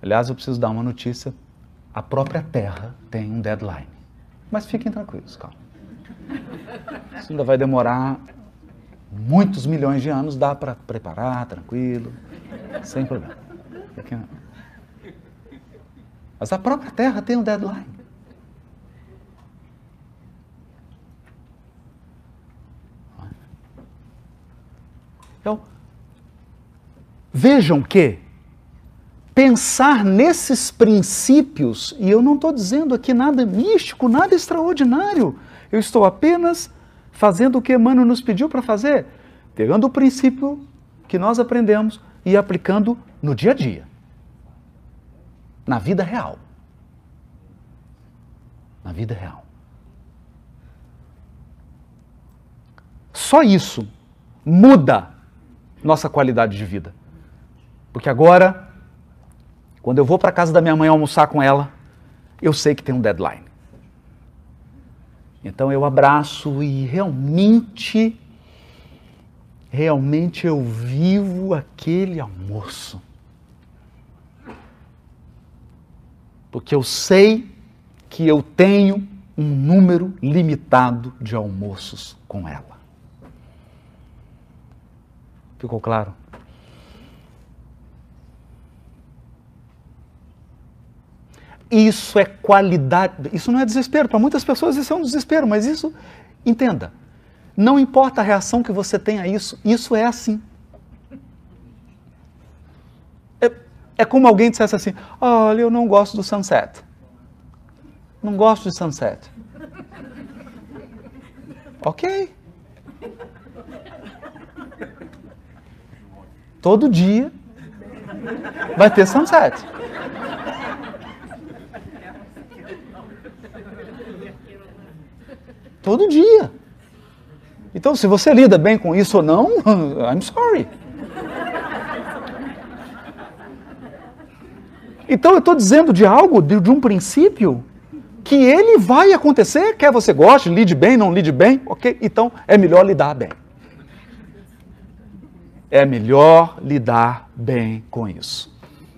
Aliás, eu preciso dar uma notícia. A própria Terra tem um deadline. Mas fiquem tranquilos, calma. Isso ainda vai demorar muitos milhões de anos, dá para preparar, tranquilo, sem problema. Fiquem... Mas a própria Terra tem um deadline. Então, vejam que pensar nesses princípios, e eu não estou dizendo aqui nada místico, nada extraordinário, eu estou apenas fazendo o que Emmanuel nos pediu para fazer, pegando o princípio que nós aprendemos e aplicando no dia a dia, na vida real. Na vida real. Só isso muda nossa qualidade de vida. Porque agora, quando eu vou para a casa da minha mãe almoçar com ela, eu sei que tem um deadline. Então eu abraço e realmente, realmente eu vivo aquele almoço. Porque eu sei que eu tenho um número limitado de almoços com ela. Ficou claro? Isso é qualidade, isso não é desespero, para muitas pessoas isso é um desespero, mas isso, entenda, não importa a reação que você tenha a isso, isso é assim. É, é como alguém dissesse assim, olha, eu não gosto do sunset. Não gosto de sunset. Ok. Todo dia vai ter sunset. Todo dia. Então, se você lida bem com isso ou não, I'm sorry. Então, eu estou dizendo de algo, de, de um princípio, que ele vai acontecer, quer você goste, lide bem, não lide bem, ok? Então, é melhor lidar bem. É melhor lidar bem com isso.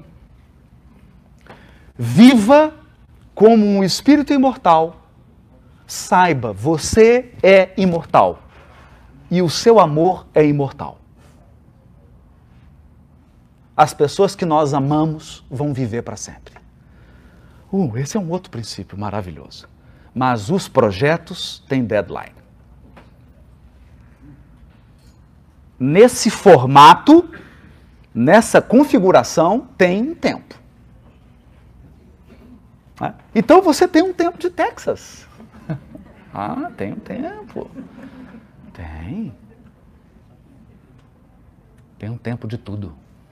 Viva como um espírito imortal. Saiba, você é imortal. E o seu amor é imortal. As pessoas que nós amamos vão viver para sempre. Uh, esse é um outro princípio maravilhoso. Mas os projetos têm deadline. Nesse formato, nessa configuração, tem um tempo. Então você tem um tempo de Texas. Ah, tem um tempo. Tem. Tem um tempo de tudo.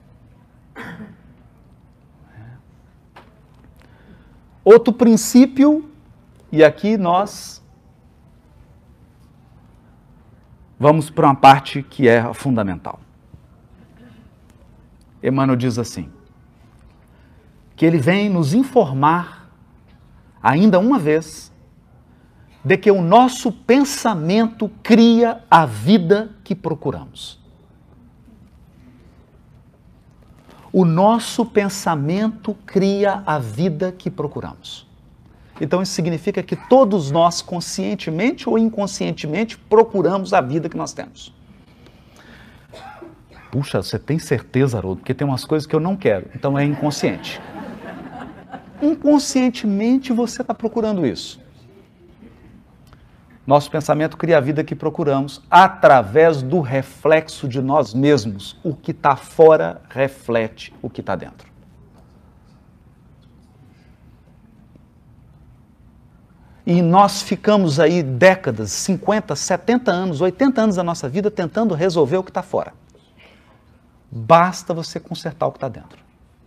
Outro princípio, e aqui nós vamos para uma parte que é fundamental. Emmanuel diz assim, que ele vem nos informar, ainda uma vez, de que o nosso pensamento cria a vida que procuramos. O nosso pensamento cria a vida que procuramos. Então isso significa que todos nós, conscientemente ou inconscientemente, procuramos a vida que nós temos. Puxa, você tem certeza, Haroldo? Porque tem umas coisas que eu não quero, então é inconsciente. Inconscientemente você está procurando isso. Nosso pensamento cria a vida que procuramos através do reflexo de nós mesmos. O que está fora reflete o que está dentro. E nós ficamos aí décadas, cinquenta, setenta anos, oitenta anos da nossa vida tentando resolver o que está fora. Basta você consertar o que está dentro.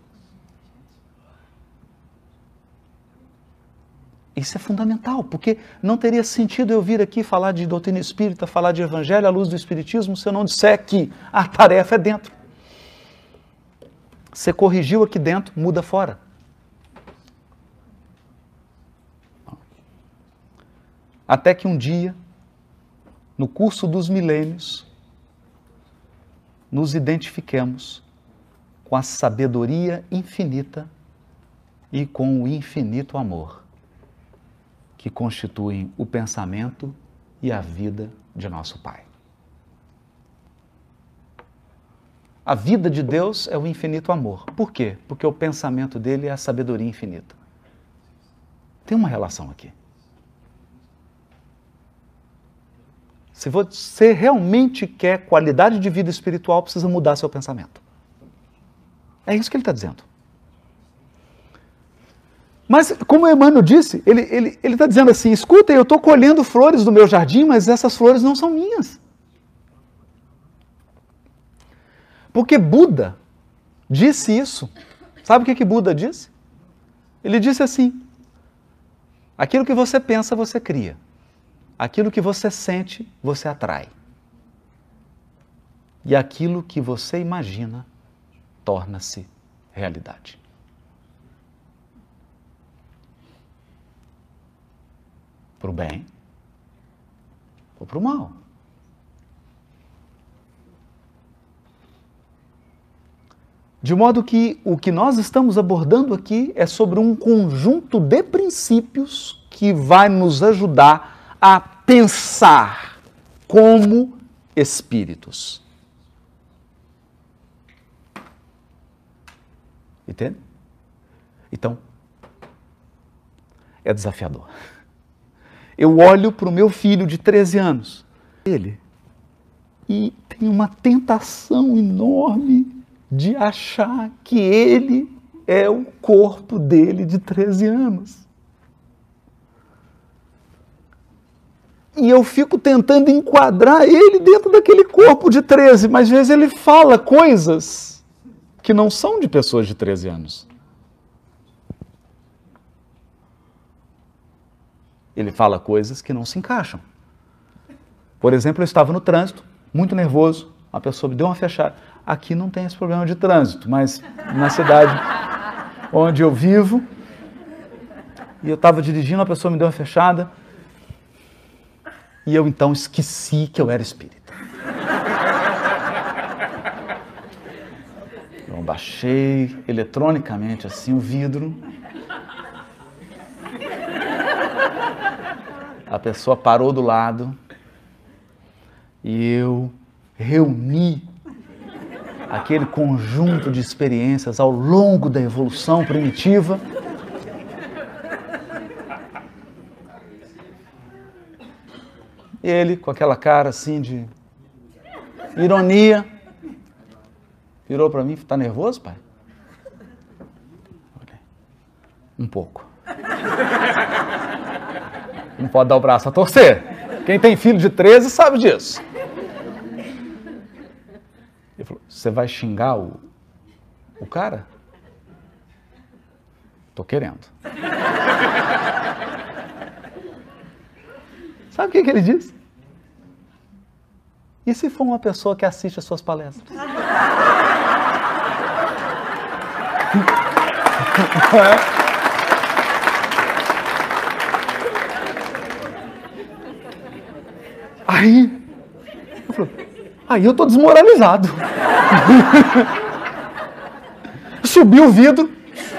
Isso é fundamental, porque não teria sentido eu vir aqui falar de doutrina espírita, falar de evangelho à luz do espiritismo, se eu não disser que a tarefa é dentro. Você corrigiu aqui dentro, muda fora. Até que um dia, no curso dos milênios, nos identifiquemos com a sabedoria infinita e com o infinito amor que constituem o pensamento e a vida de nosso Pai. A vida de Deus é o infinito amor. Por quê? Porque o pensamento dele é a sabedoria infinita. Tem uma relação aqui. Se você realmente quer qualidade de vida espiritual, precisa mudar seu pensamento. É isso que ele está dizendo. Mas, como o Emmanuel disse, ele está ele, ele tá dizendo assim, escuta, eu estou colhendo flores do meu jardim, mas essas flores não são minhas. Porque Buda disse isso. Sabe o que, que Buda disse? Ele disse assim, aquilo que você pensa, você cria. Aquilo que você sente, você atrai. E aquilo que você imagina, torna-se realidade. Para o bem ou para o mal. De modo que o que nós estamos abordando aqui é sobre um conjunto de princípios que vai nos ajudar a pensar como espíritos. Entende? Então, é desafiador. Eu olho para o meu filho de treze anos, ele, e tem uma tentação enorme de achar que ele é o corpo dele de treze anos. E eu fico tentando enquadrar ele dentro daquele corpo de treze, mas às vezes ele fala coisas que não são de pessoas de treze anos. Ele fala coisas que não se encaixam. Por exemplo, eu estava no trânsito, muito nervoso, a pessoa me deu uma fechada. Aqui não tem esse problema de trânsito, mas na cidade onde eu vivo, e eu estava dirigindo, a pessoa me deu uma fechada, e eu então esqueci que eu era espírita. Eu baixei eletronicamente assim o vidro, a pessoa parou do lado, e eu reuni aquele conjunto de experiências ao longo da evolução primitiva. Ele, com aquela cara assim de ironia, virou para mim, tá nervoso, pai? Um pouco. Não pode dar o braço a torcer. Quem tem filho de treze sabe disso. Ele falou, você vai xingar o, o cara? Tô querendo. Sabe o que, que ele disse? E se for uma pessoa que assiste as suas palestras? Aí, eu falei, aí eu tô desmoralizado. Subiu o vidro.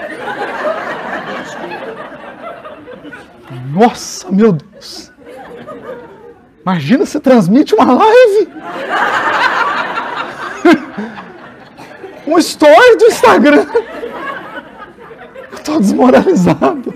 Nossa, meu Deus. Imagina se transmite uma live. Um story do Instagram. Eu tô desmoralizado.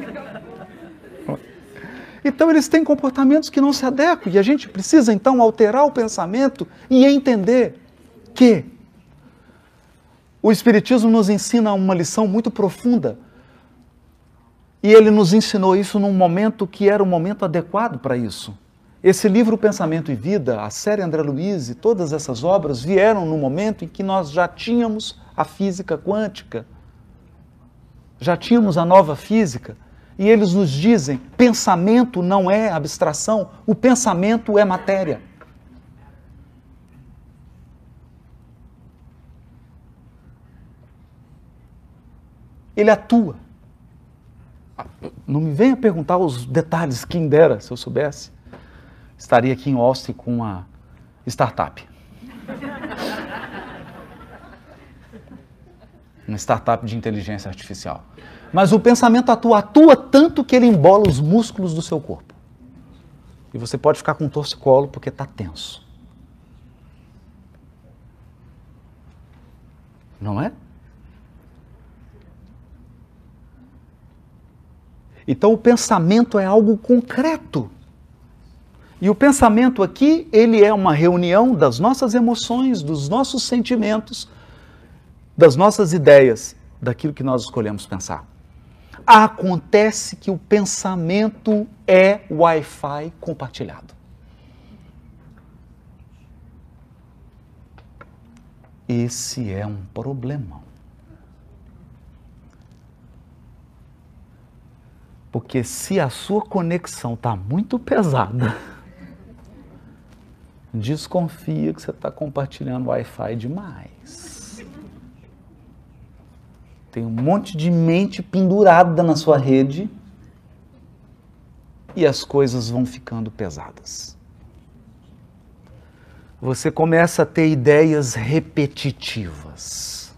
Então eles têm comportamentos que não se adequam e a gente precisa então alterar o pensamento e entender que o Espiritismo nos ensina uma lição muito profunda e ele nos ensinou isso num momento que era o momento adequado para isso. Esse livro Pensamento e Vida, a série André Luiz e todas essas obras vieram no momento em que nós já tínhamos a física quântica, já tínhamos a nova física. E eles nos dizem, pensamento não é abstração, o pensamento é matéria. Ele atua. Não me venha perguntar os detalhes, quem dera, se eu soubesse. Estaria aqui em Austin com uma startup. uma startup de inteligência artificial. Mas o pensamento atua, atua tanto que ele embola os músculos do seu corpo. E você pode ficar com um torcicolo porque está tenso. Não é? Então o pensamento é algo concreto. E o pensamento aqui, ele é uma reunião das nossas emoções, dos nossos sentimentos, das nossas ideias, daquilo que nós escolhemos pensar. Acontece que o pensamento é Wi-Fi compartilhado. Esse é um problema. Porque se a sua conexão está muito pesada, desconfia que você está compartilhando Wi-Fi demais. Tem um monte de mente pendurada na sua rede e as coisas vão ficando pesadas. Você começa a ter ideias repetitivas,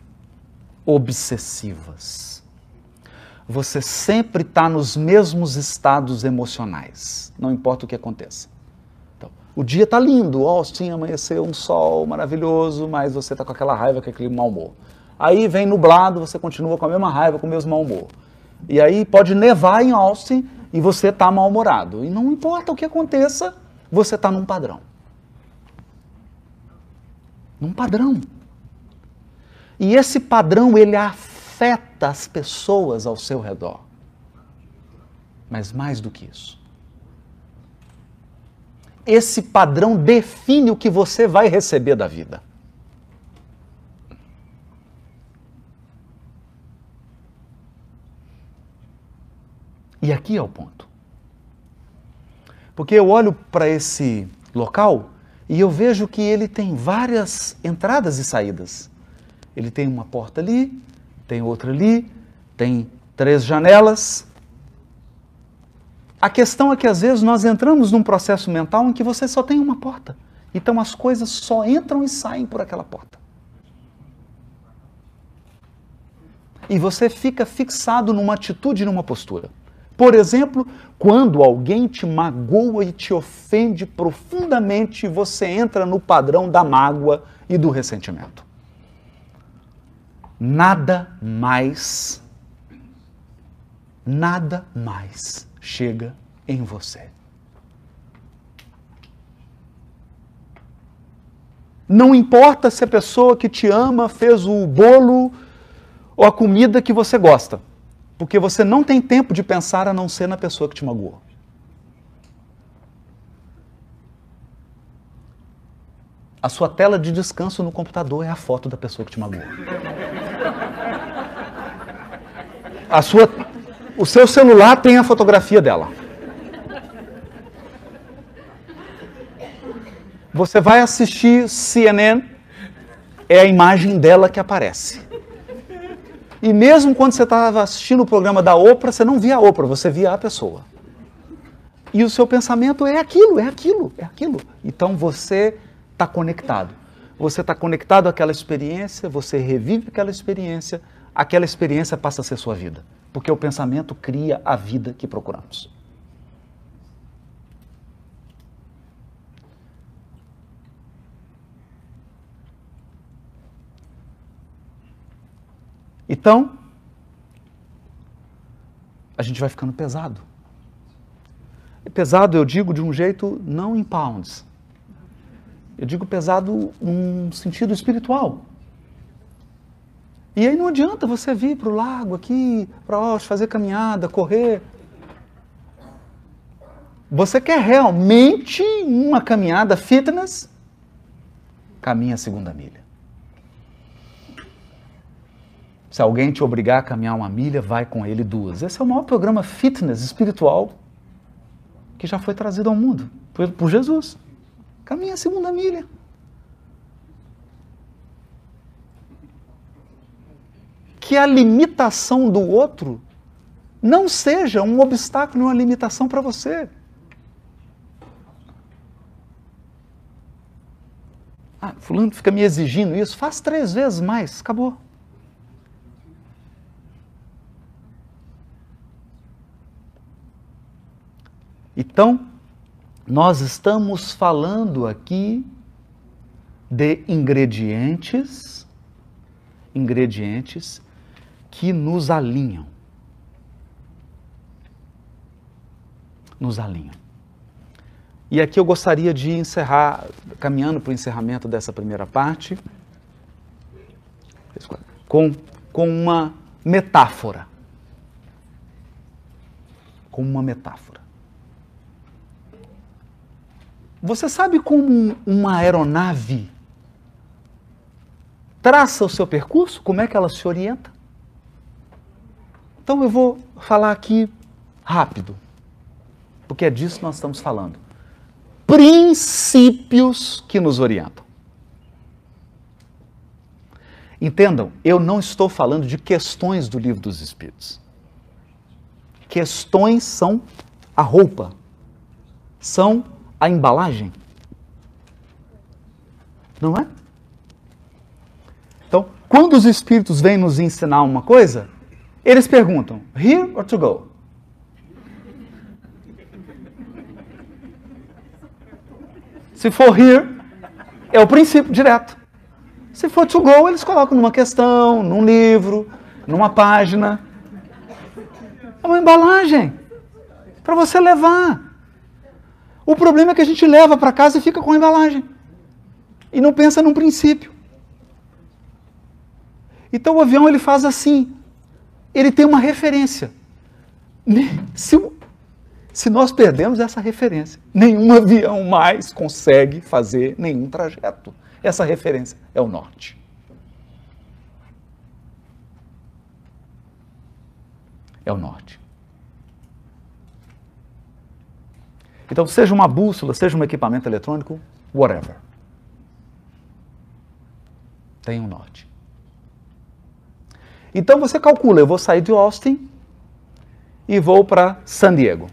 obsessivas. Você sempre está nos mesmos estados emocionais, não importa o que aconteça. Então, o dia está lindo, Austin, amanheceu um sol maravilhoso, mas você está com aquela raiva, com aquele mau humor. Aí vem nublado, você continua com a mesma raiva, com o mesmo mau humor. E aí pode nevar em Austin e você está mal-humorado. E não importa o que aconteça, você está num padrão. Num padrão. E esse padrão, ele afeta as pessoas ao seu redor. Mas mais do que isso. Esse padrão define o que você vai receber da vida. E aqui é o ponto. Porque eu olho para esse local e eu vejo que ele tem várias entradas e saídas. Ele tem uma porta ali, tem outra ali, tem três janelas. A questão é que às vezes nós entramos num processo mental em que você só tem uma porta. Então as coisas só entram e saem por aquela porta. E você fica fixado numa atitude e numa postura. Por exemplo, quando alguém te magoa e te ofende profundamente, você entra no padrão da mágoa e do ressentimento. Nada mais, nada mais chega em você. Não importa se a pessoa que te ama fez o bolo ou a comida que você gosta. Porque você não tem tempo de pensar a não ser na pessoa que te magoou. A sua tela de descanso no computador é a foto da pessoa que te magoou. A sua, o seu celular tem a fotografia dela. Você vai assistir C N N, é a imagem dela que aparece. E mesmo quando você estava assistindo o programa da Oprah, você não via a Oprah, você via a pessoa. E o seu pensamento é aquilo, é aquilo, é aquilo. Então você está conectado. Você está conectado àquela experiência, você revive aquela experiência, aquela experiência passa a ser sua vida. Porque o pensamento cria a vida que procuramos. Então, a gente vai ficando pesado. E pesado, eu digo de um jeito não em pounds. Eu digo pesado num sentido espiritual. E aí não adianta você vir para o lago aqui, para Austin, fazer caminhada, correr. Você quer realmente uma caminhada fitness? Caminha a segunda milha. Se alguém te obrigar a caminhar uma milha, vai com ele duas. Esse é o maior programa fitness espiritual que já foi trazido ao mundo por, por Jesus. Caminha a segunda milha. Que a limitação do outro não seja um obstáculo, uma limitação para você. Ah, fulano fica me exigindo isso, faz três vezes mais, acabou. Então, nós estamos falando aqui de ingredientes, ingredientes que nos alinham. Nos alinham. E aqui eu gostaria de encerrar, caminhando para o encerramento dessa primeira parte, com, com uma metáfora. Com uma metáfora. Você sabe como uma aeronave traça o seu percurso? Como é que ela se orienta? Então eu vou falar aqui rápido, porque é disso que nós estamos falando. Princípios que nos orientam. Entendam, eu não estou falando de questões do Livro dos Espíritos. Questões são a roupa, são a embalagem. Não é? Então, quando os Espíritos vêm nos ensinar uma coisa, eles perguntam, here or to go? Se for here, é o princípio direto. Se for to go, eles colocam numa questão, num livro, numa página. É uma embalagem para você levar. O problema é que a gente leva para casa e fica com a embalagem. E não pensa num princípio. Então o avião ele faz assim. Ele tem uma referência. Se, se nós perdemos essa referência, nenhum avião mais consegue fazer nenhum trajeto. Essa referência é o norte. É o norte. Então, seja uma bússola, seja um equipamento eletrônico, whatever. Tem um norte. Então, você calcula, eu vou sair de Austin e vou para San Diego.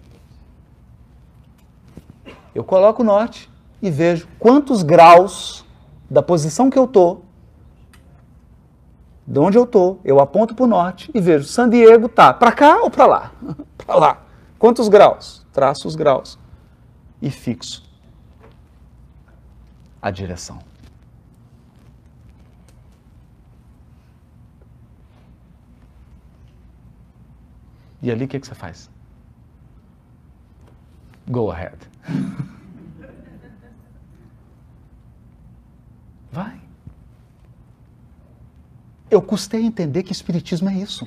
Eu coloco o norte e vejo quantos graus da posição que eu estou, de onde eu estou, eu aponto para o norte e vejo San Diego tá para cá ou para lá? Para lá. Quantos graus? Traço os graus e fixo a direção. E ali o que, que você faz? Go ahead. Vai. Eu custei a entender que espiritismo é isso.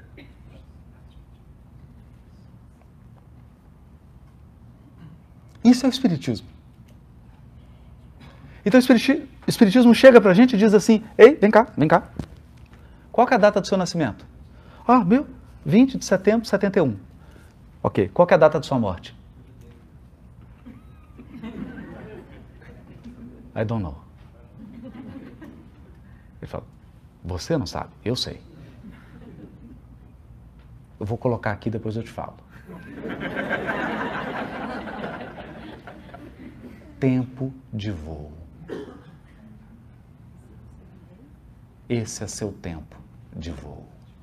Isso é o espiritismo. Então o espiritismo, espiritismo chega pra gente e diz assim, ei, vem cá, vem cá. Qual que é a data do seu nascimento? Ah, meu, vinte de setembro de setenta e um. Ok, qual que é a data de sua morte? I don't know. Ele fala, você não sabe? Eu sei. Eu vou colocar aqui, depois eu te falo. Tempo de voo. Esse é seu tempo de voo.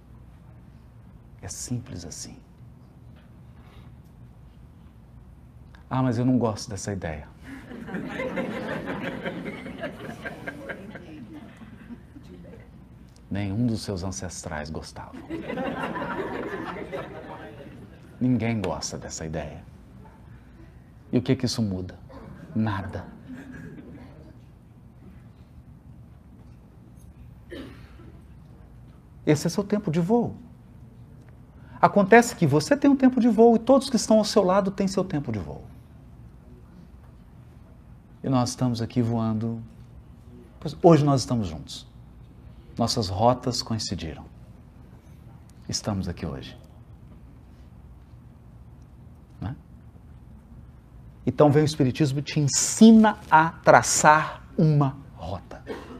É simples assim. Ah, mas eu não gosto dessa ideia. Nenhum dos seus ancestrais gostavam. Ninguém gosta dessa ideia. E o que que isso muda? Nada. Esse é seu tempo de voo. Acontece que você tem um tempo de voo e todos que estão ao seu lado têm seu tempo de voo. E nós estamos aqui voando. Hoje nós estamos juntos. Nossas rotas coincidiram. Estamos aqui hoje. Né? Então vem o Espiritismo e te ensina a traçar uma rota.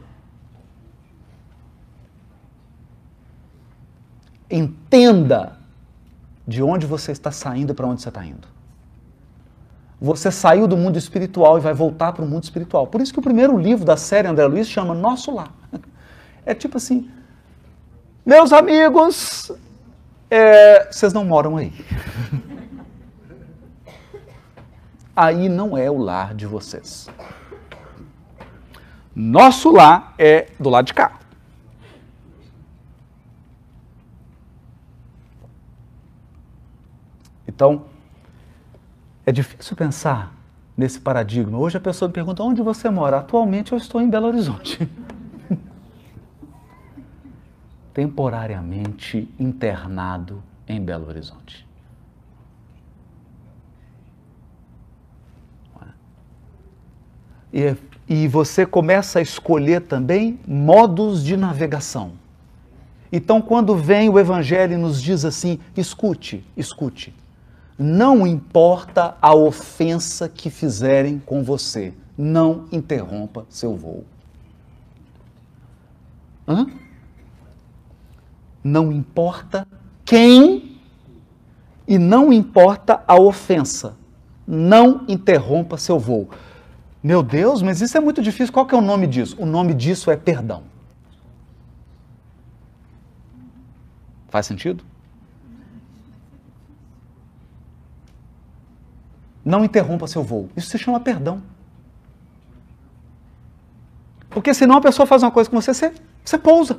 Entenda de onde você está saindo e para onde você está indo. Você saiu do mundo espiritual e vai voltar para o mundo espiritual. Por isso que o primeiro livro da série André Luiz chama Nosso Lar. É tipo assim, meus amigos, é, vocês não moram aí. aí não é o lar de vocês. Nosso lar é do lado de cá. Então, é difícil pensar nesse paradigma. Hoje a pessoa me pergunta, onde você mora? Atualmente eu estou em Belo Horizonte. Temporariamente internado em Belo Horizonte. E, e você começa a escolher também modos de navegação. Então, quando vem o Evangelho e nos diz assim, escute, escute, não importa a ofensa que fizerem com você, não interrompa seu voo. Hã? Não importa quem e não importa a ofensa, não interrompa seu voo. Meu Deus, mas isso é muito difícil. Qual que é o nome disso? O nome disso é perdão. Faz sentido? Não interrompa seu voo. Isso se chama perdão. Porque senão a pessoa faz uma coisa com você, você, você pousa.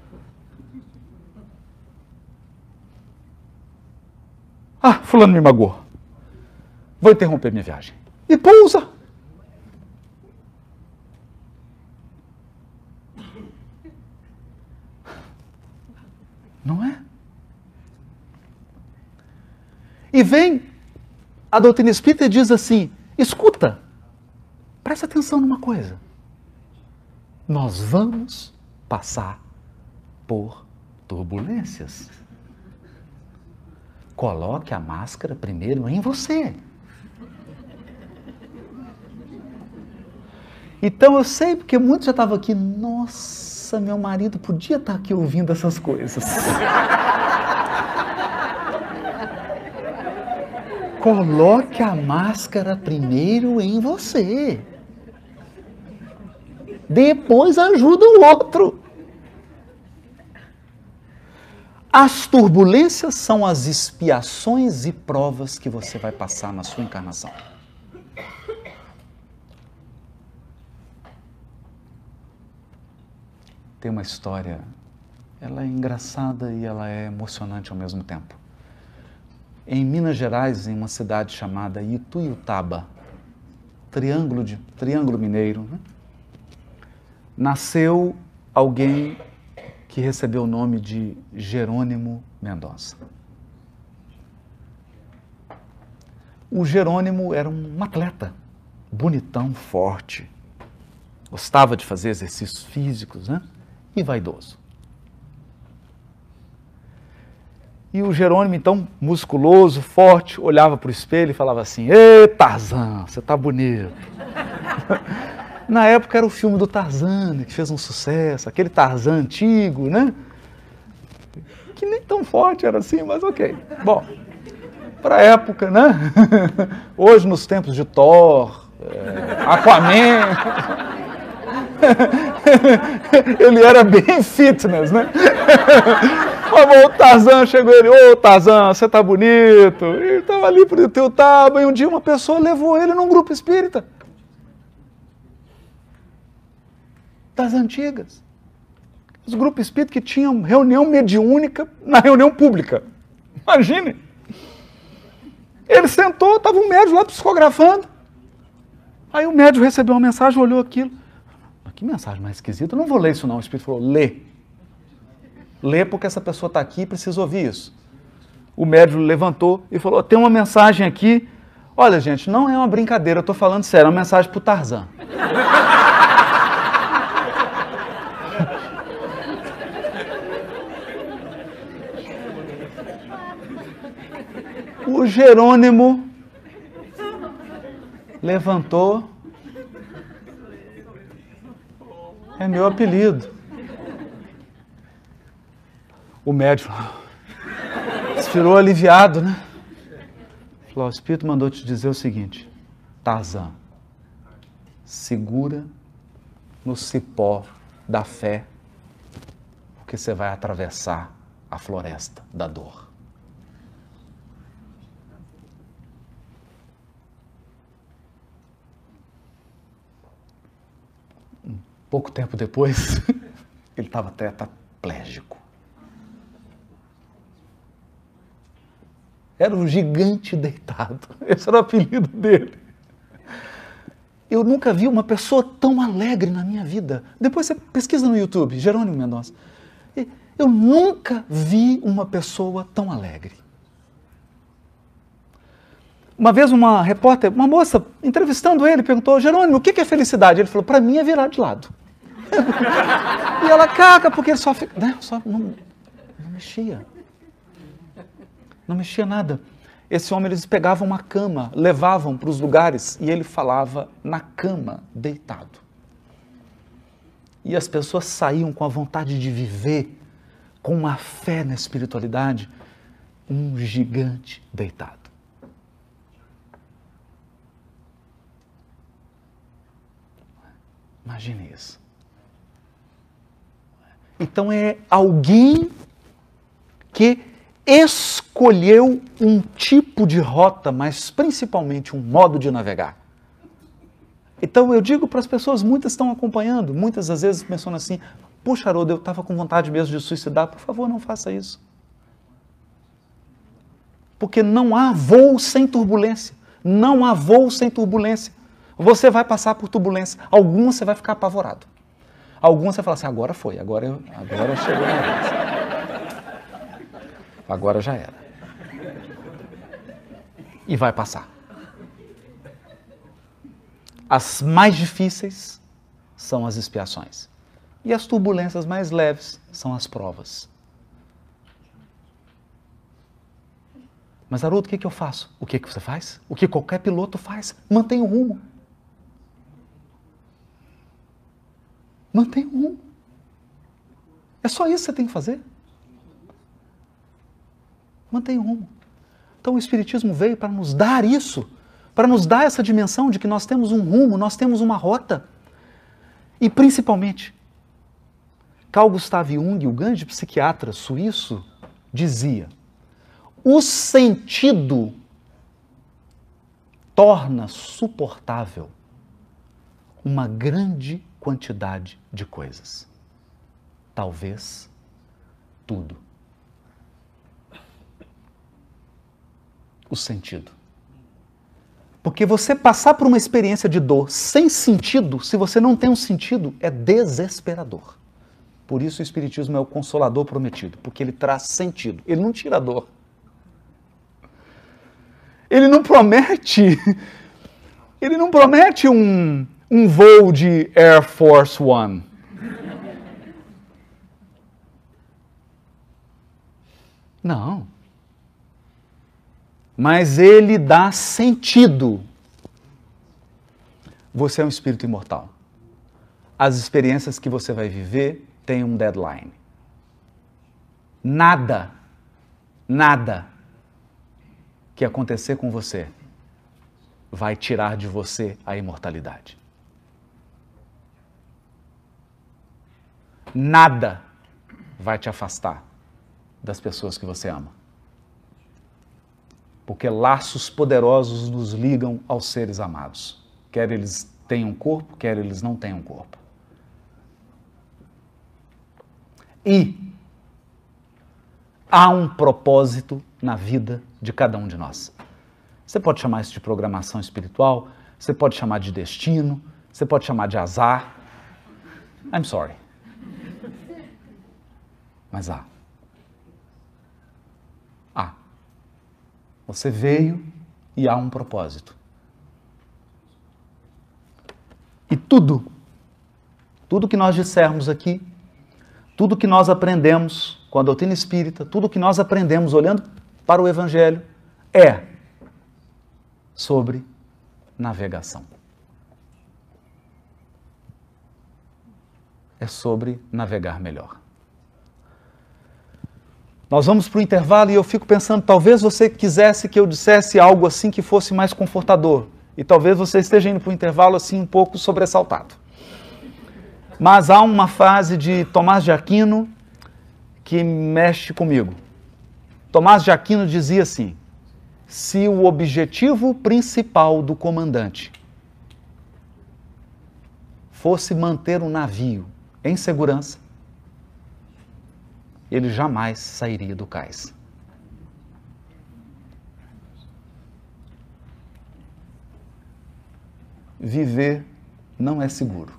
Ah, fulano me magoou. Vou interromper minha viagem. E pousa. Não é? E vem a doutrina espírita e diz assim, escuta, presta atenção numa coisa. Nós vamos passar por turbulências. Coloque a máscara primeiro em você. Então eu sei, porque muitos já estavam aqui, nossa, meu marido podia estar aqui ouvindo essas coisas. Coloque a máscara primeiro em você. Depois ajuda o outro. As turbulências são as expiações e provas que você vai passar na sua encarnação. Tem uma história, ela é engraçada e ela é emocionante ao mesmo tempo. Em Minas Gerais, em uma cidade chamada Ituiutaba, Triângulo, de, Triângulo Mineiro, né? Nasceu alguém que recebeu o nome de Jerônimo Mendonça. O Jerônimo era um atleta, bonitão, forte, gostava de fazer exercícios físicos, né? E vaidoso. E o Jerônimo, então, musculoso, forte, olhava para o espelho e falava assim, ê, Tarzan, você tá bonito. Na época era o filme do Tarzan, que fez um sucesso, aquele Tarzan antigo, né? Que nem tão forte era assim, mas ok. Bom, para a época, né? Hoje, nos tempos de Thor, é, Aquaman, ele era bem fitness, né? Mas o Tarzan chegou ele, ô Tarzan, você tá bonito. Ele estava ali pro teu taba, e um dia uma pessoa levou ele num grupo espírita. Das antigas. Os grupos espíritas que tinham reunião mediúnica na reunião pública. Imagine. Ele sentou, estava um médium lá psicografando. Aí o médium recebeu uma mensagem, olhou aquilo. Mas que mensagem mais esquisita, eu não vou ler isso não. O espírito falou, lê. Lê porque essa pessoa está aqui e precisa ouvir isso. O médium levantou e falou, tem uma mensagem aqui. Olha, gente, não é uma brincadeira, eu estou falando sério, é uma mensagem para o Tarzan. O Jerônimo levantou. É meu apelido. O médico ficou aliviado, né? Falou, o Espírito mandou te dizer o seguinte, Tarzan, segura no cipó da fé, porque você vai atravessar a floresta da dor. Pouco tempo depois, ele estava tetraplégico. Era um gigante deitado. Esse era o apelido dele. Eu nunca vi uma pessoa tão alegre na minha vida. Depois você pesquisa no YouTube, Jerônimo Mendonça. Eu nunca vi uma pessoa tão alegre. Uma vez uma repórter, uma moça, entrevistando ele, perguntou, Jerônimo, o que é felicidade? Ele falou, para mim é virar de lado. E ela caga, porque ele só fica... Né, só não, não mexia. Não mexia nada. Esse homem, eles pegavam uma cama, levavam para os lugares e ele falava na cama, deitado. E as pessoas saíam com a vontade de viver, com uma fé na espiritualidade, um gigante deitado. Imagine isso. Então é alguém que escolheu um tipo de rota, mas principalmente um modo de navegar. Então eu digo para as pessoas, muitas estão acompanhando, muitas às vezes pensando assim, puxa, Haroldo, eu estava com vontade mesmo de suicidar, por favor, não faça isso. Porque não há voo sem turbulência, não há voo sem turbulência. Você vai passar por turbulência, algumas você vai ficar apavorado. Algumas você fala assim, agora foi, agora, eu, agora chegou a vez. Agora já era. E vai passar. As mais difíceis são as expiações. E as turbulências mais leves são as provas. Mas, Haroldo, o que, que eu faço? O que, que você faz? O que qualquer piloto faz? Mantém o rumo. Mantém o rumo. É só isso que você tem que fazer. Mantenha o rumo. Então o Espiritismo veio para nos dar isso, para nos dar essa dimensão de que nós temos um rumo, nós temos uma rota. E principalmente, Carl Gustav Jung, o grande psiquiatra suíço, dizia, o sentido torna suportável uma grande quantidade de coisas. Talvez tudo. O sentido. Porque você passar por uma experiência de dor sem sentido, se você não tem um sentido, é desesperador. Por isso o Espiritismo é o consolador prometido, porque ele traz sentido, ele não tira a dor. Ele não promete, ele não promete um, um voo de Air Force One. Não. Mas ele dá sentido. Você é um espírito imortal. As experiências que você vai viver têm um deadline. Nada, nada que acontecer com você vai tirar de você a imortalidade. Nada vai te afastar das pessoas que você ama. Porque laços poderosos nos ligam aos seres amados. Quer eles tenham corpo, quer eles não tenham corpo. E há um propósito na vida de cada um de nós. Você pode chamar isso de programação espiritual, você pode chamar de destino, você pode chamar de azar. I'm sorry. Mas há. Há. Você veio e há um propósito. E tudo, tudo que nós dissermos aqui, tudo que nós aprendemos com a doutrina espírita, tudo que nós aprendemos olhando para o Evangelho, é sobre navegação. É sobre navegar melhor. Nós vamos para o intervalo e eu fico pensando, talvez você quisesse que eu dissesse algo assim que fosse mais confortador. E talvez você esteja indo para o intervalo assim um pouco sobressaltado. Mas há uma frase de Tomás de Aquino que mexe comigo. Tomás de Aquino dizia assim, se o objetivo principal do comandante fosse manter o navio em segurança, ele jamais sairia do cais. Viver não é seguro.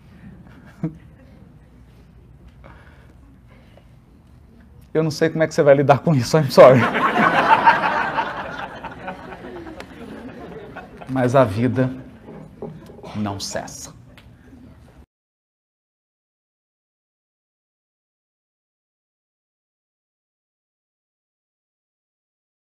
Eu não sei como é que você vai lidar com isso, I'm sorry. Mas a vida não cessa.